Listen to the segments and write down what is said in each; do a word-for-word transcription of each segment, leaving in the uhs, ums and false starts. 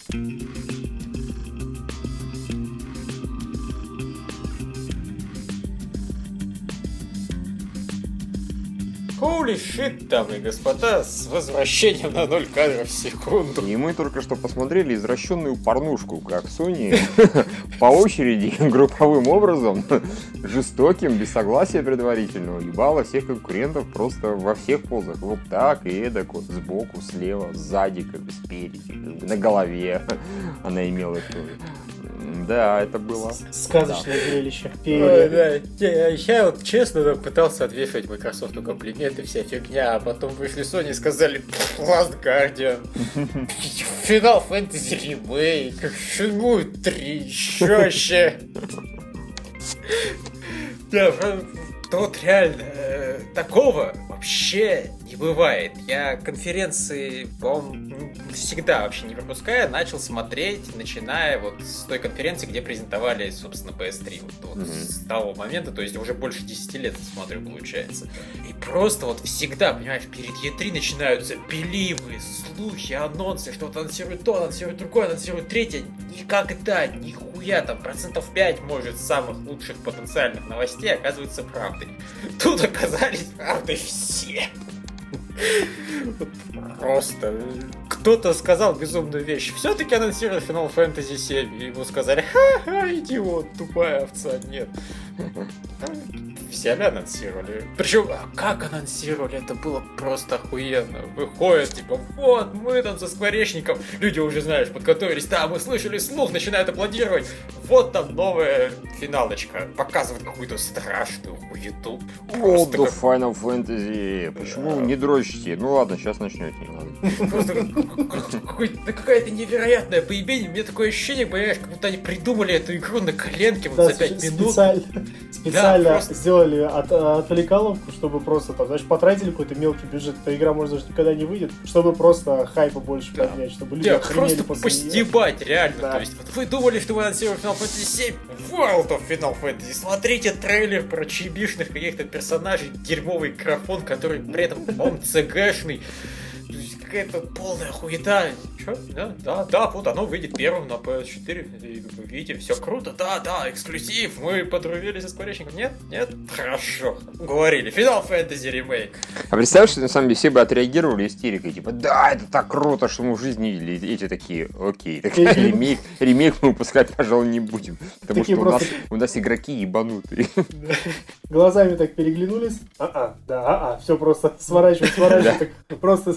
Holy shit, дамы и господа, с возвращением на ноль кадров в секунду. И мы только что посмотрели извращенную порнушку, как Sony по очереди, групповым образом, жестоким, без согласия предварительного, ебала всех конкурентов просто во всех позах. Вот так и эдак, вот, сбоку, слева, сзади, как бы спереди, как бы на голове она имела это. Да, это было сказочное да. зрелище. Ой, да. я, я вот честно да, пытался отвешивать Microsoft комплименты, вся фигня, а потом вышли Sony и сказали Last Guardian, Final Fantasy Remake, Shenmue три, еще вообще. Да, вот реально, такого вообще не бывает. Я конференции, по-моему, всегда вообще не пропуская, начал смотреть, начиная вот с той конференции, где презентовали, собственно, пи эс три. Вот, вот mm-hmm. с того момента, то есть уже больше десяти лет смотрю, получается. И просто вот всегда, понимаешь, перед и три начинаются беливы, слухи, анонсы, что вот анонсируют то, анонсируют другое, анонсируют третье. Никогда, нихуя, там процентов пять, может, самых лучших потенциальных новостей оказывается правдой. Тут оказались правдой все. Просто кто-то сказал безумную вещь. Все-таки анонсировали Final Fantasy семь. И ему сказали: ха-ха, идиот, тупая овца. Нет. Взяли, анонсировали. Причем, как анонсировали, это было просто охуенно. Выходит, типа, вот, мы там со скворечником. Люди уже, знаешь, подготовились. Да, мы слышали слух, начинают аплодировать. Вот там новая финалочка. Показывают какую-то страшную хуету. World of Final Fantasy. Почему да. не дрочите? Ну ладно, сейчас начнете. Просто какая-то невероятная поебень. У меня такое ощущение, понимаешь, как будто они придумали эту игру на коленке вот за пять минут. Специально сделали от, отвлекаловку, чтобы просто там, знаешь, потратили какой-то мелкий бюджет, эта игра, может, даже никогда не выйдет, чтобы просто хайпа больше да. поднять, чтобы люди охренели просто постебать, реально. Да. То есть, вот вы думали, что вы анонсировали Final Fantasy семь, World of Final Fantasy, смотрите трейлер про чебишных каких-то персонажей, дерьмовый графон, который при этом, по-моему, цгэшный. То есть какая-то полная хуета. Чё? Да, да, да, вот оно выйдет первым на пи эс четыре. И вы видите, все круто, да, да, эксклюзив. Мы подружили со скворечником. Нет, нет, хорошо. Говорили. Final Fantasy Remake. А представь, что на самом деле все бы отреагировали истерикой. Типа, да, это так круто, что мы в жизни видели. Эти такие, окей, так ремейк, ремейк мы выпускать, пожалуй, не будем. Потому что у нас, у нас игроки ебанутые. Глазами так переглянулись. А-а, да, а-а, все просто сворачивать, сворачивать. Просто...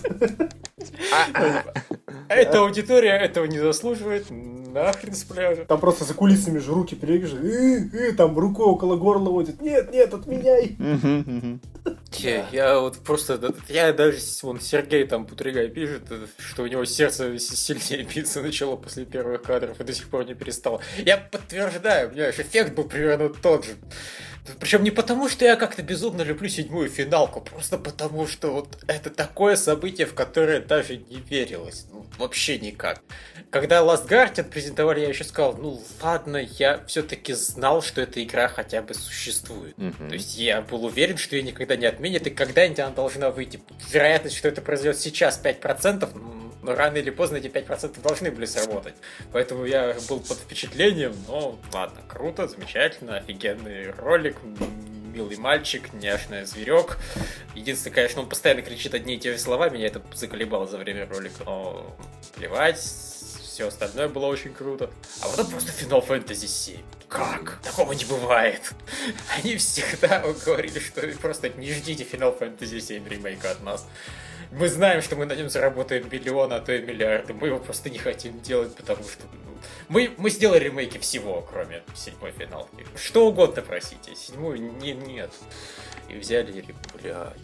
Эта аудитория этого не заслуживает. Нахрен с пляжа. Там просто за кулисами же руки перегружены. Там рукой около горла водит. Нет, нет, отменяй. Я, я вот просто... Я даже... Вон Сергей там Путригай пишет, что у него сердце сильнее биться начало после первых кадров и до сих пор не перестало. Я подтверждаю, понимаешь, эффект был примерно тот же. Причем не потому, что я как-то безумно люблю седьмую финалку, просто потому, что вот это такое событие, в которое даже не верилось. Ну, вообще никак. Когда Last Guardian презентовали, я еще сказал, ну ладно, я все-таки знал, что эта игра хотя бы существует. Mm-hmm. То есть я был уверен, что ее никогда не отменят, и когда-нибудь она должна выйти. Вероятность, что это произойдет сейчас пять процентов, но рано или поздно эти пять процентов должны были сработать. Поэтому я был под впечатлением, но ладно, круто, замечательно, офигенный ролик, милый мальчик, няшный зверек. Единственное, конечно, он постоянно кричит одни и те же слова, меня это заколебало за время ролика, но плевать, все остальное было очень круто. А вот это просто Final Fantasy семь. Как? Такого не бывает. Они всегда говорили, что просто не ждите Final Fantasy семь ремейка от нас. Мы знаем, что мы на нем заработаем миллион, а то и миллиарды. Мы его просто не хотим делать, потому что... Мы, мы сделали ремейки всего, кроме седьмой финалки. Что угодно просите. Седьмую не, нет. И взяли и... Блядь.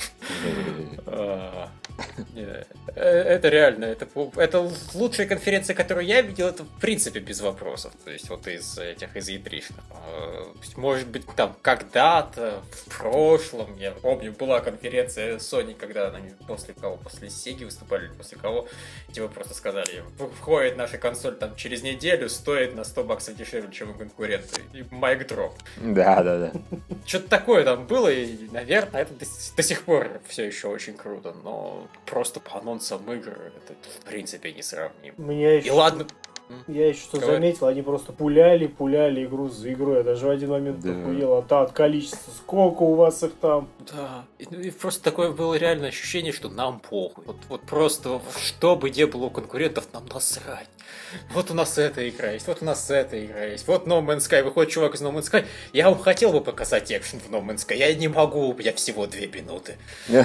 Это реально. Это лучшая конференция, которую я видел. Это в принципе без вопросов. То есть вот из этих из и три-шных. Может быть, там когда-то, в прошлом, я помню, была конференция Sony, когда они после кого, после Sega выступали, после кого, типа просто сказали, входит наша консоль там через неделю, стоит на сто баксов дешевле, чем у конкурента. И майк дроп. Да, да, да. Что-то такое там было, и, наверное, это до, до сих пор все еще очень круто, но просто по анонсам игр это в принципе не сравнимо. Меня еще... И ладно... Я еще что Говори. заметил, они просто пуляли, пуляли игру за игрой. Я даже в один момент Да. охуел от, от количества. Сколько у вас их там? Да, и, ну, и просто такое было реальное ощущение, что нам похуй. Вот, вот просто, что бы ни было у конкурентов, нам насрать. Вот у нас эта игра есть, вот у нас эта игра есть. Вот No Man's Sky, выходит чувак из No Man's Sky. Я вам хотел бы показать экшен в No Man's Sky, я не могу, у меня всего две минуты.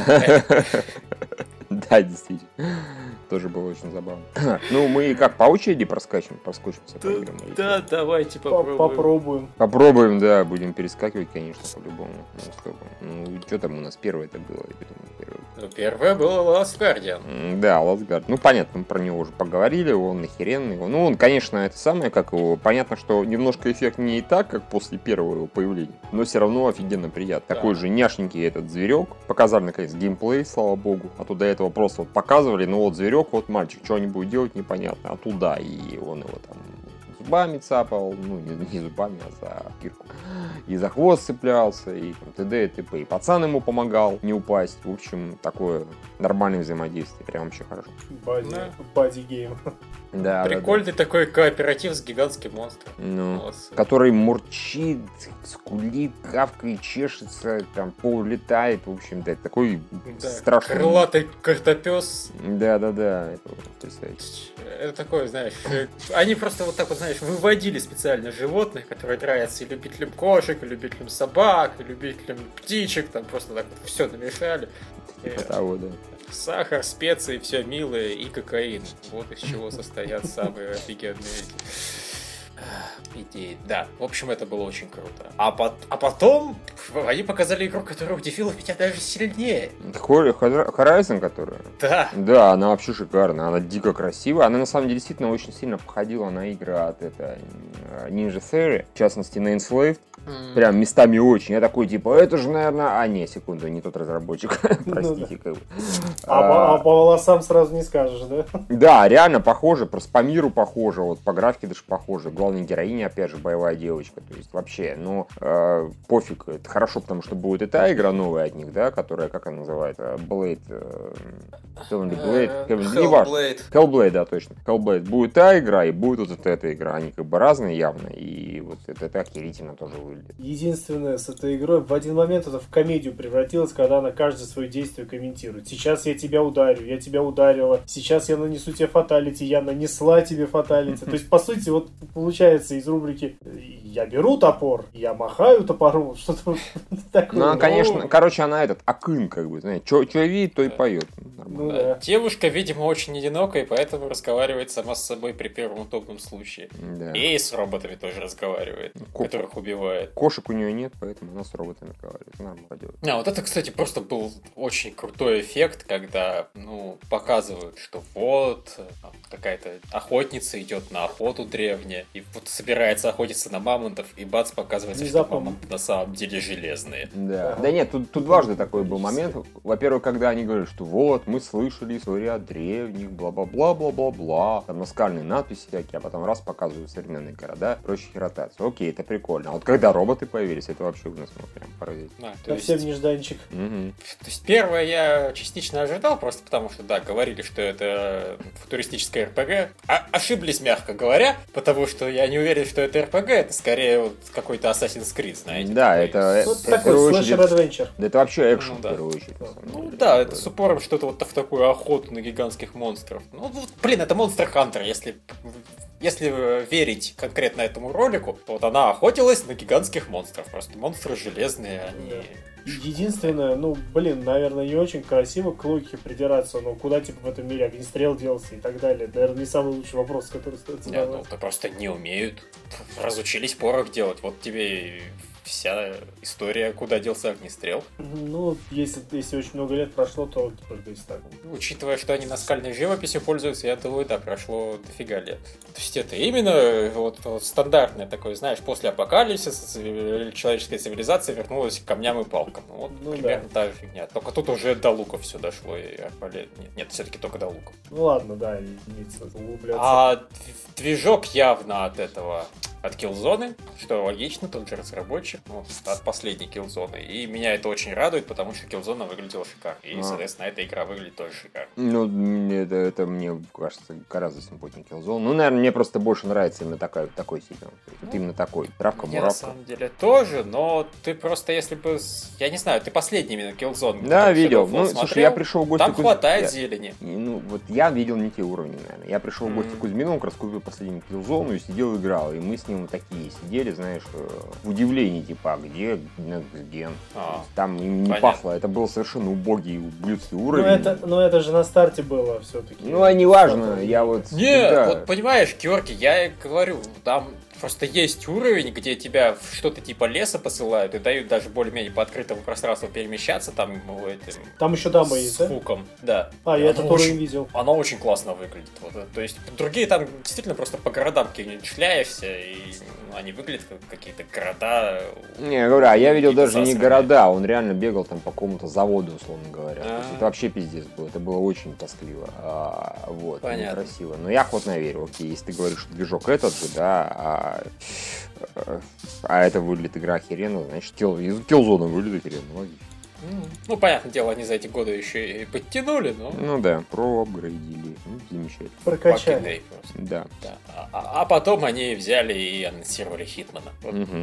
Да, действительно. Тоже было очень забавно. Ну, мы как, по очереди проскачем, проскочимся по играм? или Да, что? давайте По- попробуем. Попробуем. Попробуем, да, будем перескакивать, конечно, по-любому. Ну, сколько? Ну, что там у нас первое это было? Я думаю, первое. Ну, первое было Last Guardian. М, Да, Last Guard. Ну, понятно, мы про него уже поговорили, он охеренный. Ну, он, конечно, это самое, как его... Понятно, что немножко эффект не и так, как после первого его появления, но все равно офигенно приятно. Да. Такой же няшненький этот зверек. Показали, наконец, геймплей, слава богу. А то до этого просто вот показывали, ну вот зверек, вот мальчик, что они будут делать, непонятно. А туда, и он его там зубами цапал, ну, не, не зубами, а за кирку. И за хвост цеплялся, и там, т.д. и т.п. И пацан ему помогал не упасть. В общем, такое нормальное взаимодействие. Прям вообще хорошо. Бади, Да. бади гейм. Да, Прикольный такой кооператив с гигантским монстром. Ну, Молодцы. который мурчит, скулит, кавкает, чешется, там пол летает, в общем-то, такой Да, страшный. крылатый картопес. Да-да-да, это потрясающе. Это такое, знаешь, э, они просто вот так вот, знаешь, выводили специально животных, которые нравятся и любителям кошек, и любителям собак, и любителям птичек, там просто так вот все намешали. Типа Э, того, да. Сахар, специи, все милое и кокаин. Вот из чего состоят самые офигенные идеи. Да, в общем, это было очень круто. А, пот- а потом они показали игру, которая удивила меня даже сильнее. Хор- Хор- Horizon, которая? Да. Да, она вообще шикарная, она дико красивая. Она на самом деле действительно очень сильно походила на игры от это, Ninja Theory, в частности на Enslaved. Прям местами очень. Я такой, типа, это же, наверное... А, не, секунду, не тот разработчик. Простите, как бы. А, по- а по волосам сразу не скажешь, да? Да, реально похоже, просто по миру похоже, вот по графике даже похоже. Главная героиня, опять же, боевая девочка, то есть вообще, ну, э, пофиг, это хорошо, потому что будет и та игра новая от них, да, которая, как она называется, Blade, э, Heavenly Blade, Heavenly, не важно. Hellblade. Hellblade, да, точно. Hellblade. Будет та игра и будет вот эта игра, они как бы разные явно, и вот это, это охерительно тоже выглядит. Единственное, с этой игрой в один момент это в комедию превратилось, когда она каждое свое действие комментирует. Сейчас я тебя ударю, я тебя ударила. Сейчас я нанесу тебе фаталити, я нанесла тебе фаталити. То есть, по сути, вот получается из рубрики «Я беру топор, я махаю топором», что-то такое. Ну, она, конечно, короче, она этот, акын, как бы, знаете, что видит, то и поет. Ну Да. да. Девушка, видимо, очень одинокая, и поэтому разговаривает сама с собой при первом удобном случае. Да. И с роботами тоже разговаривает, Ко- которых убивает. Кошек у нее нет, поэтому она с роботами разговаривает. Нормально пойдет. А, вот это, кстати, просто был очень крутой эффект, когда, ну, показывают, что вот, там какая-то охотница идет на охоту древняя, и вот собирается охотиться на мамонтов, и бац, показывается, Не что запомнил. мамонты на самом деле железные. Да. Ага. Да нет, тут, тут дважды такой был момент. Во-первых, когда они говорят, что вот, мы слышали истории о древних, бла-бла-бла-бла-бла-бла. Там наскальные надписи всякие, а потом раз показывают современные города, прочие ротации. Окей, это прикольно. А вот когда роботы появились, это вообще у нас ну, прям поразительно. Да, то есть- Совсем нежданчик. Мгм. То есть первое я частично ожидал, просто потому что, да, говорили, что это футуристическое эр пи джи. А ошиблись, мягко говоря, потому что я не уверен, что это эр пи джи, это скорее вот какой-то Assassin's Creed, знаете. Да, такой. это, Вот в такой первую очередь- слэшер-адвенчер. Да это вообще экшен, Ну в да. первую очередь. на самом Ну деле. да, это с упором что-то вот в такую охоту на гигантских монстров. Ну, вот, блин, это Monster Hunter, если... Если э, верить конкретно этому ролику, то вот она охотилась на гигантских монстров. Просто монстры железные, они... Единственное, ну, блин, наверное, не очень красиво к логике придираться, но куда, типа, в этом мире огнестрел делался и так далее. Это, наверное, не самый лучший вопрос, который стоит Не, ну, задавать. то просто не умеют. Разучились порох делать. Вот тебе и вся история «Куда делся огнестрел». Ну, если, если очень много лет прошло, то только если так. Учитывая, что они наскальной живописью пользуются, я думаю, да, прошло дофига лет. То есть это именно вот, вот стандартное такое, знаешь, после апокалипсиса человеческая цивилизация вернулась к камням и палкам. Вот ну, примерно да. та же фигня. Только тут уже до луков все дошло. И арбалет... Нет, нет, все-таки только до луков. Ну ладно, да, имеется углубляться. А движок явно от этого... От Killzone, что логично, тот же разработчик, вот, от последней Killzone. И меня это очень радует, потому что Killzone выглядела шикарно. И, а. соответственно, эта игра выглядит тоже шикарно. Ну, это, это мне кажется гораздо симпатичнее Killzone. Ну, наверное, мне просто больше нравится именно такой, такой сигнал. Вот именно такой. Травка-муравка. На самом деле тоже, но ты просто, если бы... Я не знаю, ты последний именно Killzone. Да, видел. Ну, смотрел, слушай, я пришел в гости... Там Куз... хватает я... зелени. Ну, вот я видел не те уровни, наверное. Я пришел mm-hmm. в гости к Кузьмину, как раз купил последний Killzone и сидел и играл. И мы с ним такие сидели, знаешь, в удивлении, типа, а где Next а, там им не понятно. Пахло, это был совершенно убогий ублюдский уровень. Но это, но это же на старте было все-таки. Ну, а не важно, я вот... Нет, всегда... вот понимаешь, Георгий, я говорю, там... Просто есть уровень, где тебя в что-то типа леса посылают и дают даже более-менее по открытому пространству перемещаться там. Этим, там еще дамба есть, да? С хуком, да. А, я этот уровень видел. Оно очень классно выглядит. Вот, то есть другие там действительно просто по городам какие-нибудь шляешься, и ну, они выглядят как какие-то города. Не, я говорю, а я видел даже не города, он реально бегал там по какому-то заводу, условно говоря. То есть это вообще пиздец было, это было очень тоскливо. А, вот, некрасиво. Но я охотно верю, окей, если ты говоришь, что движок этот же, да, а А это выглядит игра охеренно, значит, Killzone выглядит охеренно, логично. Ну, понятное дело, они за эти годы еще и подтянули, но... Ну да, проапгрейдили, ну, замечательно. Прокачали. Да. да. А, а потом они взяли и анонсировали Хитмана. Вот. Угу.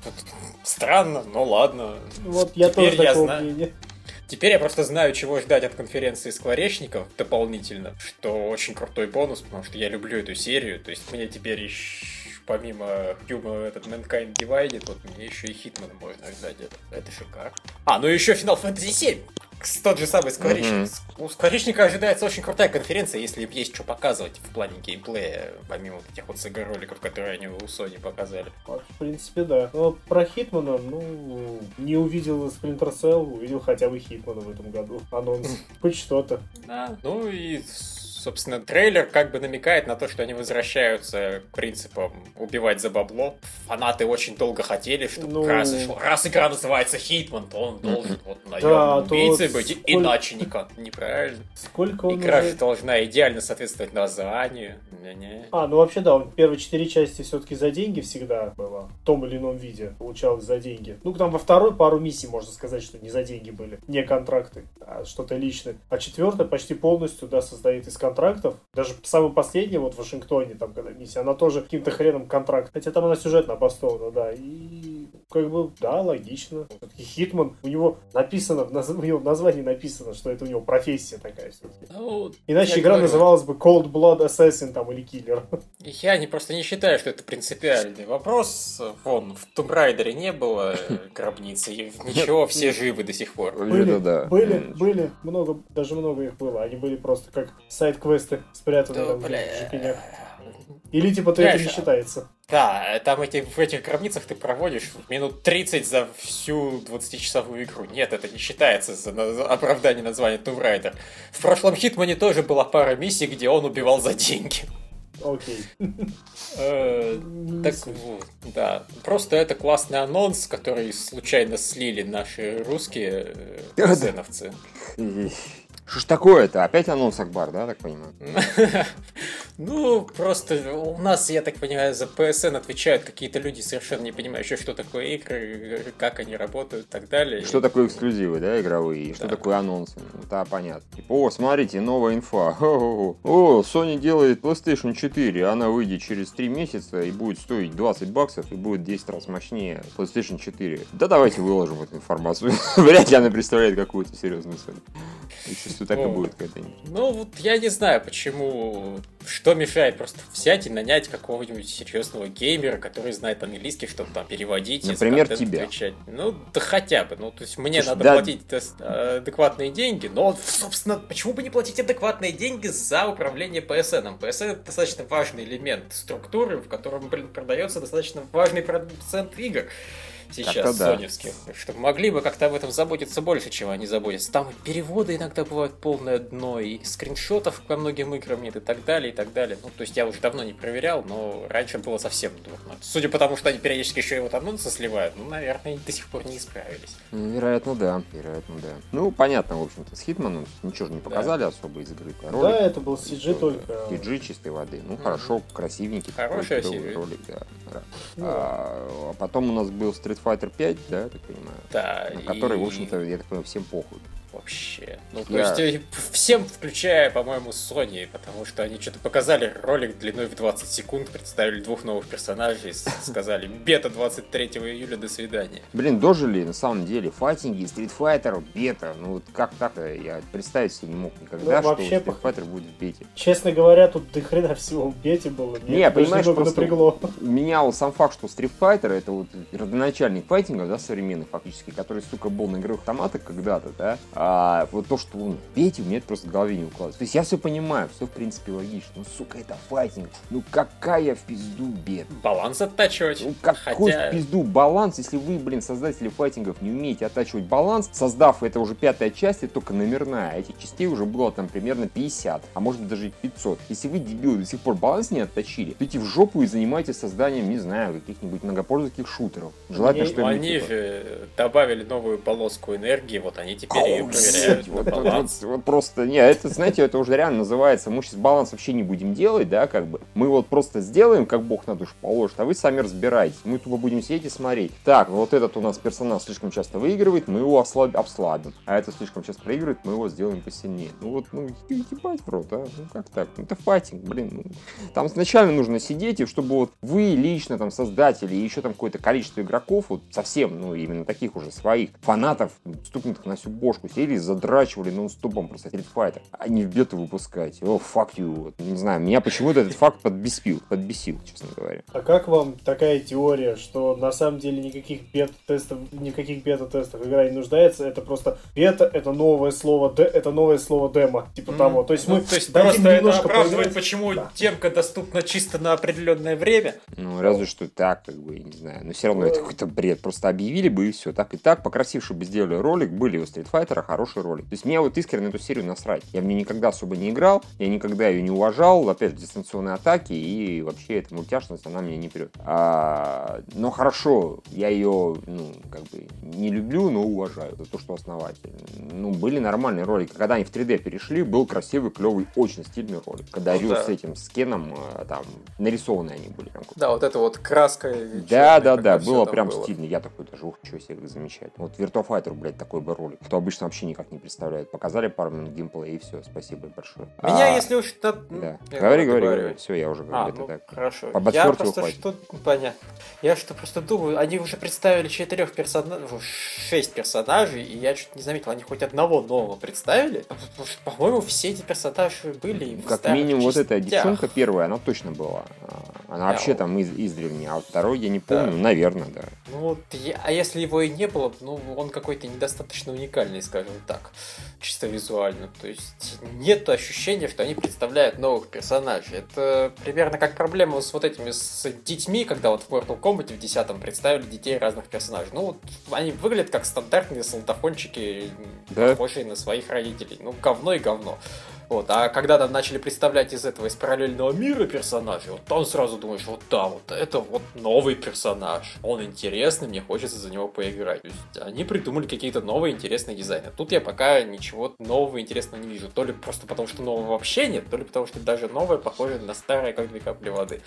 Странно, но ладно. Вот я Теперь тоже я такого знаю. мнения. Теперь я просто знаю, чего ждать от конференции скворечников дополнительно, что очень крутой бонус, потому что я люблю эту серию, то есть мне теперь еще... Помимо Human, этот Mankind Divided, вот мне еще и Хитмана можно ждать. Это, это шикарно. А, ну и еще Final Fantasy семь. Тот же самый Скворечник. Mm-hmm. У Скворечника ожидается очень крутая конференция, если есть что показывать в плане геймплея, помимо вот этих вот СГ-роликов, которые они у Sony показали. Вот, в принципе, да. Но про Хитмана, ну, не увидел Splinter Cell, увидел хотя бы Хитмана в этом году. Анонс. Хоть что-то. Да, ну и... Собственно, трейлер как бы намекает на то, что они возвращаются к принципам убивать за бабло. Фанаты очень долго хотели, чтобы ну... раз, раз игра называется Хитман, то он должен вот наемным да, убийцей быть, сколь... иначе никак неправильно. Сколько он Игра уже... же должна идеально соответствовать названию. Не-не. А, ну вообще да, он первые четыре части все-таки за деньги всегда было. В том или ином виде получалось за деньги. Ну, там во второй пару миссий, можно сказать, что не за деньги были. Не контракты, а что-то личное. А четвертая почти полностью, да, состоит из контрактов. Даже самый последний, вот в Вашингтоне, там, когда миссия, она тоже каким-то хреном контракт. Хотя там она сюжетно обоснована, да. И как бы, да, логично. Все-таки Хитман, у него написано, в, наз... у него в названии написано, что это у него профессия такая все-таки. Ну, иначе игра говорю... называлась бы Cold Blood Assassin там или Killer. Я не, просто не считаю, что это принципиальный вопрос. Вон, в Tomb Raider не было гробницы, и ничего, все живы до сих пор. Были, были, были, много, даже много их было. Они были просто как сайд-квесты спрятаны там в жопенях. Или типа то это не считается. Да, там эти, в этих гробницах ты проводишь минут тридцать за всю двадцатичасовую игру. Нет, это не считается за оправдание названия Tomb Raider. В прошлом Хитмане тоже была пара миссий, где он убивал за деньги. Окей. Так вот, да. Просто это классный анонс, который случайно слили наши русские зеновцы. Что ж такое-то? Опять анонс Акбар, да, так понимаю? Ну, просто у нас, я так понимаю, за пи эс эн отвечают какие-то люди, совершенно не понимающие, что такое игры, как они работают и так далее. Что такое эксклюзивы, да, игровые, и что такое анонсы. Да, понятно. Типа, о, смотрите, новая инфа. О, Sony делает PlayStation четыре, она выйдет через три месяца и будет стоить двадцать баксов и будет десять раз мощнее PlayStation четыре. Да давайте выложим эту информацию. Вряд ли она представляет какую-то серьезную цель. Я чувствую, так и будет когда-нибудь. Ну, вот я не знаю, почему... Что мешает просто взять и нанять какого-нибудь серьезного геймера, который знает английский, чтобы там переводить. Например, тебя. Отвечать. Ну, да хотя бы. Ну, то есть мне Слушай, надо да... платить адекватные деньги, но, собственно, почему бы не платить адекватные деньги за управление пи эс эн? пи эс эн — это достаточно важный элемент структуры, в котором, блин, продается достаточно важный процент игр. сейчас соневских. Да. Что могли бы как-то об этом заботиться больше, чем они заботятся. Там переводы иногда бывают полное дно, и скриншотов по многим играм нет, и так далее, и так далее. Ну, то есть я уже давно не проверял, но раньше было совсем дурно. Судя по тому, что они периодически еще и вот анонсы сливают, ну, наверное, они до сих пор не исправились. Вероятно, да. Вероятно, да. Ну, понятно, в общем-то, с Хитманом ничего же не показали, да, особо из игры. Ролик, да, это был си джи только. си джи чистой воды. Ну, mm-hmm. хорошо, красивенький. Хороший ролик, да. да. Mm-hmm. А, а потом у нас был Street Fighter пять, да, я так понимаю? Да. На который, и... в общем-то, я так понимаю, всем похуй. Вообще. Ну, я... то есть, всем, включая, по-моему, Sony, потому что они что-то показали ролик длиной в двадцать секунд, представили двух новых персонажей, сказали, бета двадцать третьего июля, до свидания. Блин, дожили, на самом деле, файтинги, Street Fighter, бета, ну вот как так-то, я представить себе не мог никогда, ну, что вообще, Street Fighter будет в бете. Честно говоря, тут до хрена всего в бете было. Не, понимаешь, просто меня вот сам факт, что Street Fighter это вот родоначальник файтинга, да, современный фактически, который, сука, был на игровых автоматах когда-то, да, а вот то, что он в бете, у меня это просто в голове не укладывается. То есть я все понимаю, все в принципе логично. Ну, сука, это файтинг. Ну, какая в пизду бета? Баланс оттачивать. Ну, какой Хотя... в пизду баланс, если вы, блин, создатели файтингов, не умеете оттачивать баланс, создав, это уже пятая часть, это только номерная. Этих частей уже было там примерно пятьдесят, а может быть даже и пятьсот. Если вы, дебилы, до сих пор баланс не отточили, то идите в жопу и занимайтесь созданием, не знаю, каких-нибудь многопользовательских шутеров. Желательно, они, что они типа... же добавили новую полоску энергии, вот они теперь ее проверяют. Вот, вот, вот, вот просто, не, это, знаете, это уже реально называется, мы сейчас баланс вообще не будем делать, да, как бы, мы вот просто сделаем, как Бог на душу положит, а вы сами разбираетесь, мы тупо будем сидеть и смотреть. Так, вот этот у нас персонаж слишком часто выигрывает, мы его ослаб... обслабим, а этот слишком часто проигрывает, мы его сделаем посильнее. Ну вот, ну, ебать в рот, а, ну как так, ну, это файтинг, блин, ну, там изначально нужно сидеть, и чтобы вот вы лично, там, создатели, и еще там какое-то количество игроков, вот совсем, ну, именно таких уже своих фанатов, стукнутых на всю бошку, сели, задрачивали нон-стопом просто Street Fighter, а не в бету выпускать. О, fuck you. Вот, не знаю, меня почему-то этот факт подбесил, подбесил, честно говоря. А как вам такая теория, что на самом деле никаких бета-тестов, никаких бета-тестов игра не нуждается, это просто бета, это новое слово, д, это новое слово демо, типа mm. того. То есть ну, мы то есть просто это оправдывает, почему да. демка доступна чисто на определенное время. Ну, разве что так, как бы, я не знаю. Но все равно это какой-то бред. Просто объявили бы и все. Так и так, покрасивши бы сделали ролик, были у Street Fighter хороший ролик. То есть мне вот искренне эту серию насрать. Я в нее никогда особо не играл, я никогда ее не уважал, опять дистанционные атаки, и вообще эта мультяшность, она меня не прет. А, но хорошо, я ее, ну, как бы, не люблю, но уважаю за то, что основатель. Ну, были нормальные ролики. Когда они в три дэ перешли, был красивый, клевый, очень стильный ролик. Когда ну, Рю да. с этим, с Кеном, там, нарисованные они были. Там, да, вот это вот краска. Да, да, да, было прям было. Стильно. Я такой даже, ух, что себе, замечательно. Вот Virtua Fighter, блядь, такой бы ролик. Кто обычно вообще никак не представляет. Показали пару минут геймплея и все. Спасибо большое. Меня, а, если уж... Да. Говори, говори, говори. Все, я уже говорю. А, это ну, так. Хорошо. Я просто что... Понятно. Я что просто думаю, они уже представили четырех персонажей, шесть персонажей, и я что-то не заметил, они хоть одного нового представили? По-моему, все эти персонажи были как минимум вот эта девчонка первая, она точно была. Она да, вообще он... там из, издревле, а второй я не помню, да. наверное, да. Ну вот, а если его и не было, ну он какой-то недостаточно уникальный, скажем так, чисто визуально. То есть нет ощущения, что они представляют новых персонажей. Это примерно как проблема с вот этими с детьми, когда вот в Mortal Kombat в десятом представили детей разных персонажей. Ну вот они выглядят как стандартные солдафончики, да? Похожие на своих родителей. Ну говно и говно. Вот, а когда там начали представлять из этого, из параллельного мира персонажей, вот там сразу думаешь, вот да, вот это вот новый персонаж. Он интересный, мне хочется за него поиграть. То есть они придумали какие-то новые интересные дизайны. Тут я пока ничего нового интересного не вижу. То ли просто потому, что нового вообще нет, то ли потому, что даже новое похоже на старое, как две капли воды.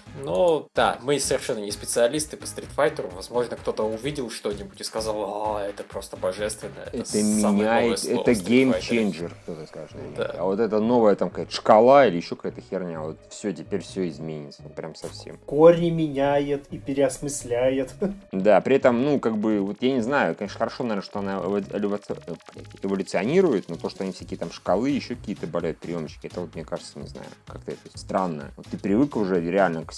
Но да, мы совершенно не специалисты по Street Fighter. Возможно, кто-то увидел что-нибудь и сказал, а, это просто божественно. Это, это меняет, это геймченджер, кто-то скажет. Да. А вот эта новая там какая-то шкала или еще какая-то херня, вот все, теперь все изменится, прям совсем. Корни меняет и переосмысляет. Да, при этом, ну, как бы, вот я не знаю, конечно, хорошо, наверное, что она эволюционирует, но то, что они всякие там шкалы, еще какие-то, блядь, приемчики, это вот, мне кажется, не знаю, как-то это странно. Вот ты привык уже реально к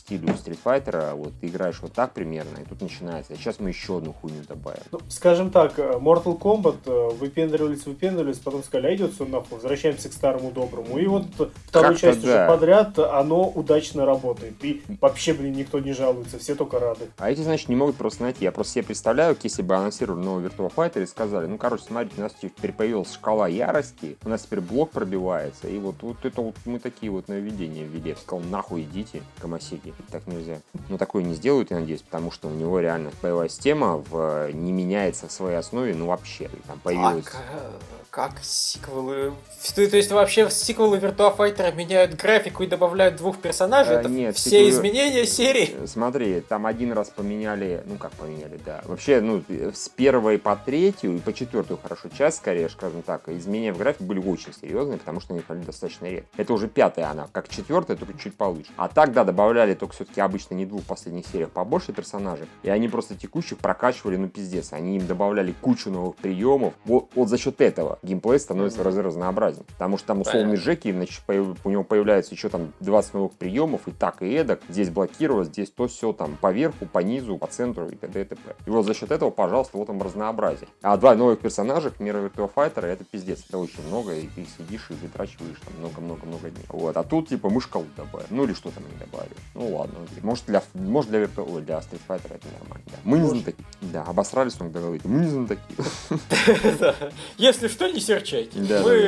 стилю Street Fighter, вот ты играешь вот так примерно, и тут начинается. А сейчас мы еще одну хуйню добавим. Ну, скажем так, Mortal Kombat выпендривались, выпендривались, потом сказали, а идет все нахуй, возвращаемся к старому доброму. И вот вторую Как-то часть да. уже подряд, оно удачно работает. И вообще, блин, никто не жалуется, все только рады. А эти, значит, не могут просто найти. Я просто себе представляю, если бы анонсировали новый Virtua Fighter и сказали, ну, короче, смотрите, у нас теперь появилась шкала ярости, у нас теперь блок пробивается, и вот, вот это вот мы такие вот нововведения ввели. Я сказал, нахуй идите, Камасеки, так нельзя. Но такое не сделают, я надеюсь, потому что у него реально боевая система в, не меняется в своей основе, ну, вообще. И там появилась... Так, как сиквелы... То есть вообще сиквелы Virtua Fighter меняют графику и добавляют двух персонажей? А, это нет, все сиквелы... изменения серии? Смотри, там один раз поменяли, ну как поменяли, да. Вообще, ну, с первой по третью и по четвертую, хорошо, часть, скорее, скажем так, изменения в графике были очень серьезные, потому что они были достаточно редко. Это уже пятая она, как четвертая, только чуть получше. А так, да, добавляли только все-таки обычно не в двух последних сериях побольше персонажей, и они просто текущих прокачивали, ну пиздец. Они им добавляли кучу новых приемов. Вот, вот за счет этого геймплей становится mm-hmm. разнообразен. Потому что там условный Джеки, значит, у него появляется еще там двадцать новых приемов, и так, и эдак. Здесь блокировать, здесь то все там поверху, по низу, по центру и т.д. и т.п. И вот за счет этого, пожалуйста, вот там разнообразие. А два новых персонажа, к примеру, Virtua Fighter, это пиздец. Это очень много, и ты сидишь и вытрачиваешь там много-много-много дней. Вот. А тут, типа, мы шкалу добавили. Ну или что там не добавили. Ну ладно. Может для, может для, Virtua... Ой, для Street Fighter это нормально. Да. Мы не знаем такие. Да, обосрались с ног до головы. Мы не знаем такие. Если что, не серчайте.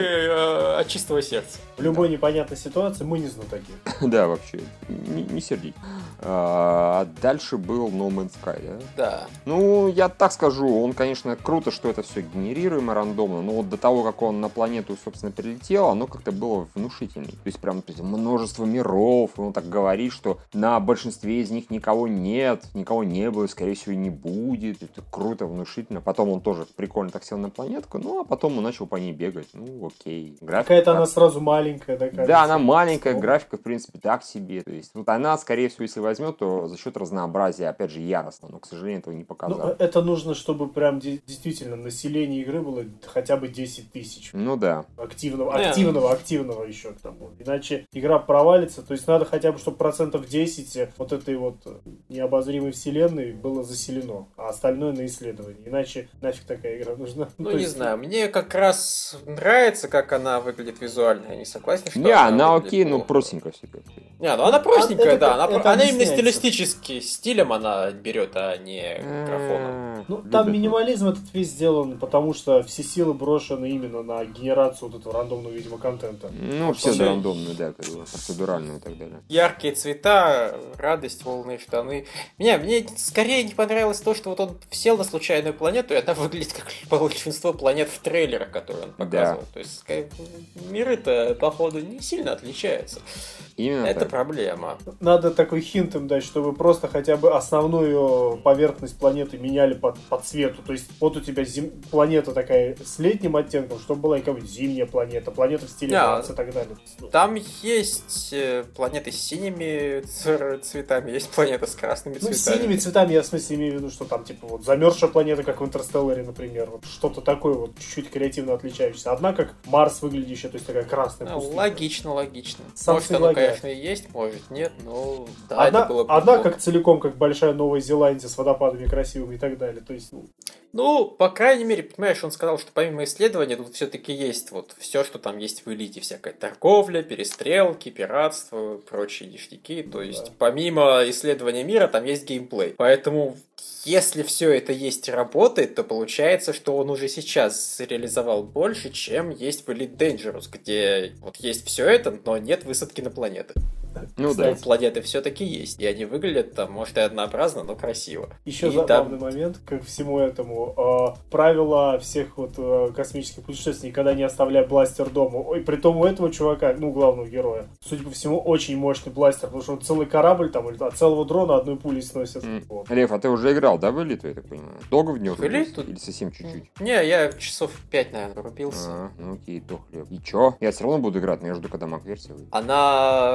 Мы от чистого сердца. В любой непонятной ситуации мы не знатоки. Да, вообще. Не сердить. А дальше был No Man's Sky, да? Да. Ну, я так скажу, он, конечно, круто, что это все генерируемо рандомно, но вот до того, как он на планету, собственно, прилетел, оно как-то было внушительней. То есть прям множество миров, и он так говорит, что на большинстве из них никого нет, никого не было, скорее всего, и не будет. Это круто, внушительно. Потом он тоже прикольно так сел на планетку, ну, а потом он начал по ней бегать. Ну, окей. Графика, Какая-то она сразу маленькая, да, кажется. Да, она маленькая, графика, в принципе, так себе. То есть, вот она, скорее всего, если возьмет, то за счет разнообразия, опять же, яростно, но, к сожалению, этого не показал. Ну, это нужно, чтобы прям действительно население игры было хотя бы десять тысяч. Ну да. Активного, активного, активного еще к тому. Иначе игра провалится. То есть надо хотя бы, чтобы процентов десять вот этой вот необозримой вселенной было заселено, а остальное на исследование. Иначе нафиг такая игра нужна. Ну, то не есть... знаю, мне как раз нравится, как она выглядит визуально. Я не согласен, что не, она, она окей, но простенькая всегда. Не, ну она простенькая, а, да. это, она, это она именно стилистически, стилем она берет, а не графоном. Ну, там минимализм этот весь сделан, потому что все силы брошены именно на генерацию вот этого рандомного, видимо, контента. Ну, все рандомные, да, как бы, процедуральные и так далее. Яркие цвета, радость, волны, штаны. Мне, мне скорее не понравилось то, что вот он сел на случайную планету, и она выглядит как большинство планет в трейлерах, которые он показывал. Да. То есть миры-то, походу, не сильно отличаются. Именно это так. Проблема. Надо такой хинт им дать, чтобы просто хотя бы основную поверхность планеты меняли по, по цвету. То есть вот у тебя зим... планета такая с летним оттенком, чтобы была и какая-нибудь зимняя планета, планета в стиле yeah. и так далее. Там есть планеты с синими цветами, есть планета с красными ну, цветами. Ну, с синими цветами я в смысле имею в виду, что там типа вот замерзшая планета, как в Интерстелларе, например. Вот что-то такое вот чуть-чуть креативно отличающееся. Одна как Марс выглядящая, то есть такая красная. Ну, логично, логично. Сам может, оно, конечно, и есть, может, нет, но да, одна, это было бы одна плохо. Как целиком, как большая Новая Зеландия с водопадами красивыми и так далее. То есть, ну... ну, по крайней мере, понимаешь, он сказал, что помимо исследования тут все-таки есть вот все, что там есть в элите, всякая торговля, перестрелки, пиратство, прочие ништяки. То есть, да. Помимо исследования мира, там есть геймплей. Поэтому, если все это есть и работает, то получается, что он уже сейчас реализовал больше, чем есть в Elite Dangerous, где вот есть все это, но нет высадки на планеты. Ну Кстати, да. Планеты все-таки есть, и они выглядят там, может, и однообразно, но красиво. Еще и забавный там... момент, как всему этому. Э, правило всех вот э, космических путешествий: никогда не оставляй бластер дома. Ой, притом у этого чувака, ну, главного героя, судя по всему, очень мощный бластер, потому что он целый корабль там, от целого дрона одной пулей сносит. Mm. Вот. Лев, а ты уже играл, да, в Элиту, я так понимаю? Долго в нее Элиту? Или совсем чуть-чуть? Не, я часов пять, наверное, рубился. А, ну окей, то хлеб. И чё? Я все равно буду играть, но я жду, когда Мак-версия выйдет. Она очень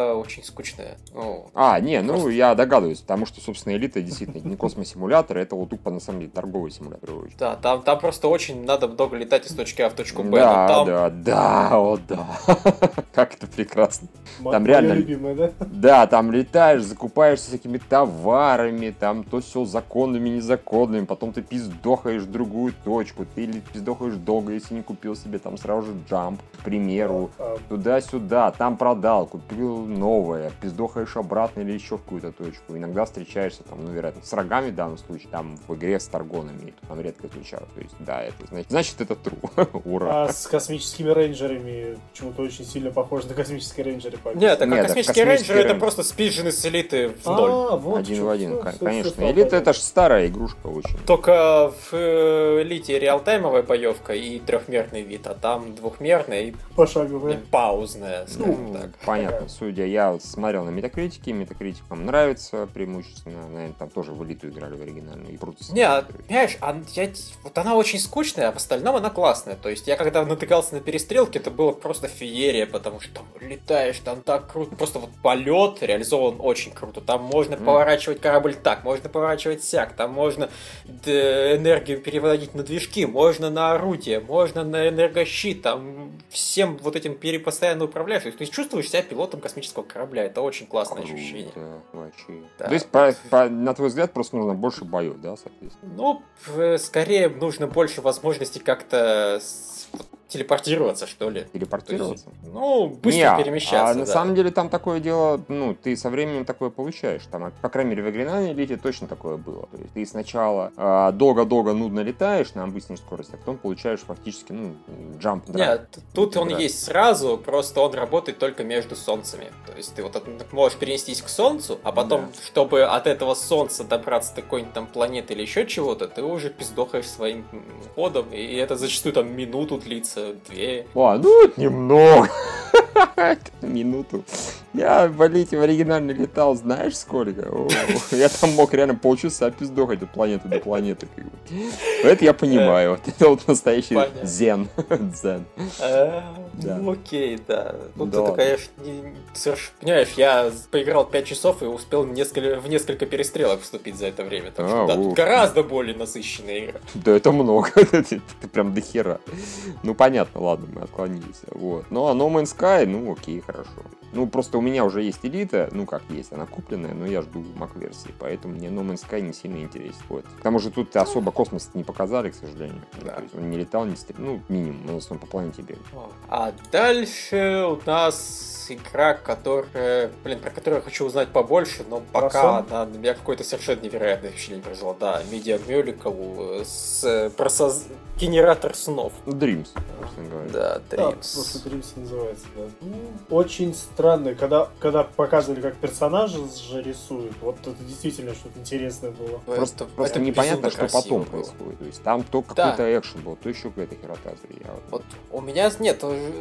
скучная. Ну, а, не, просто... ну я догадываюсь, потому что, собственно, Элита действительно не космосимулятор, это вот тупо, на самом деле, торговый симулятор. Да, там, там просто очень надо много летать из точки А в точку Б. Да, там... да, да, о, да. Как это прекрасно. Там Моя реально... любимая, да? Да, там летаешь, закупаешься всякими товарами, там то все законными, незаконными, потом ты пиздохаешь в другую точку, ты или пиздохаешь долго, если не купил себе там сразу же джамп, к примеру, А, туда-сюда, там продал, купил новое, пиздохаешь обратно или еще в какую-то точку. Иногда встречаешься там, ну, вероятно, с рогами в данном случае, там в игре с таргонами, там редко встречают. То есть, да, это значит, значит это true. Ура. а с космическими рейнджерами почему-то очень сильно похоже на космические рейнджеры. по Нет, так Нет, как так космические рейнджеры рейнджеры- это просто спижены с элиты в ноль. А, вот Один чё, в один, всё, кон- всё, конечно. всё, Элита всё, это же старая игрушка очень. Только в э, элите реалтаймовая боевка и трехмерный вид, а там двухмерная и, и пошаговая. паузная, скажем Ну, так. понятно, судя, я вот смотрел на метакритике, метакритикам нравится преимущественно, наверное, там тоже в элиту играли в оригинальную и прут. Не, а, понимаешь, а, я, вот она очень скучная, а в остальном она классная. То есть я когда натыкался на перестрелки, это было просто феерия, потому что там летаешь, там так круто. Просто вот полет реализован очень круто. Там можно Mm. поворачивать корабль так, можно поворачивать сяк, там можно д- энергию переводить на движки, можно на орудие, можно на энергощит, там всем вот этим пере- постоянно управляешь. То есть ты чувствуешь себя пилотом космического корабля, это очень классное Круто, ощущение. вообще. Да. То есть, по- по- на твой взгляд, просто нужно больше боев, да, соответственно? Ну, э, скорее нужно больше возможностей как-то с- телепортироваться, что ли. Телепортироваться? То есть, ну, быстро Не, перемещаться. а на да. самом деле там такое дело, ну, ты со временем такое получаешь. Там, по крайней мере, в оригинальной элите точно такое было. То есть ты сначала а, долго-долго нудно летаешь на обычной скорости, а потом получаешь фактически, ну, джамп. Нет, тут он драйв. есть сразу, просто он работает только между солнцами. То есть ты вот от- можешь перенестись к солнцу, а потом, Да. чтобы от этого солнца добраться до какой-нибудь там планеты или еще чего-то, ты уже пиздохаешь своим м, ходом, и это зачастую там минуту длится, две. О, ну это немного. Минуту. Я в элите в оригинальной летал, знаешь сколько? О, я там мог реально полчаса пиздохать от планеты до планеты. Как бы. Это я понимаю. Вот это вот настоящий Понятно. дзен. Дзен. А, Да. Ну окей, да. Ну Да ты, ладно. конечно, не- соверш- понимаешь, я поиграл пять часов и успел несколько, в несколько перестрелок вступить за это время. Так что А, да, ух. тут гораздо более насыщенная игра. Да это много. Ты прям до хера. Ну понятно, ладно, мы отклонились. Вот. Ну а No Man's Sky, ну окей, хорошо. Ну просто у меня уже есть элита, ну как есть, она купленная, но я жду Mac-версии, поэтому мне No Man's Sky не сильно интересен. Вот. К тому же тут особо космос не показали, к сожалению. Да. То есть он не летал, не стрелял, ну минимум, он в основном по планете бегал. А дальше у нас игра, которая, блин, про которую я хочу узнать побольше, но пока сон? она на меня какое-то совершенно невероятное впечатление произвела. Да, Media Molecule с про соз- генератор снов. Dreams, собственно говоря. Да, Да, Dreams. просто Dreams называется, да. Ну, очень странно, когда, когда показывали, как персонажи же рисуют, вот это действительно что-то интересное было. Просто, Это- просто это непонятно, безумно что красиво потом было. происходит. То есть там то Да. какой-то экшен был, то еще какая-то херота. Я вот- Вот у меня нет,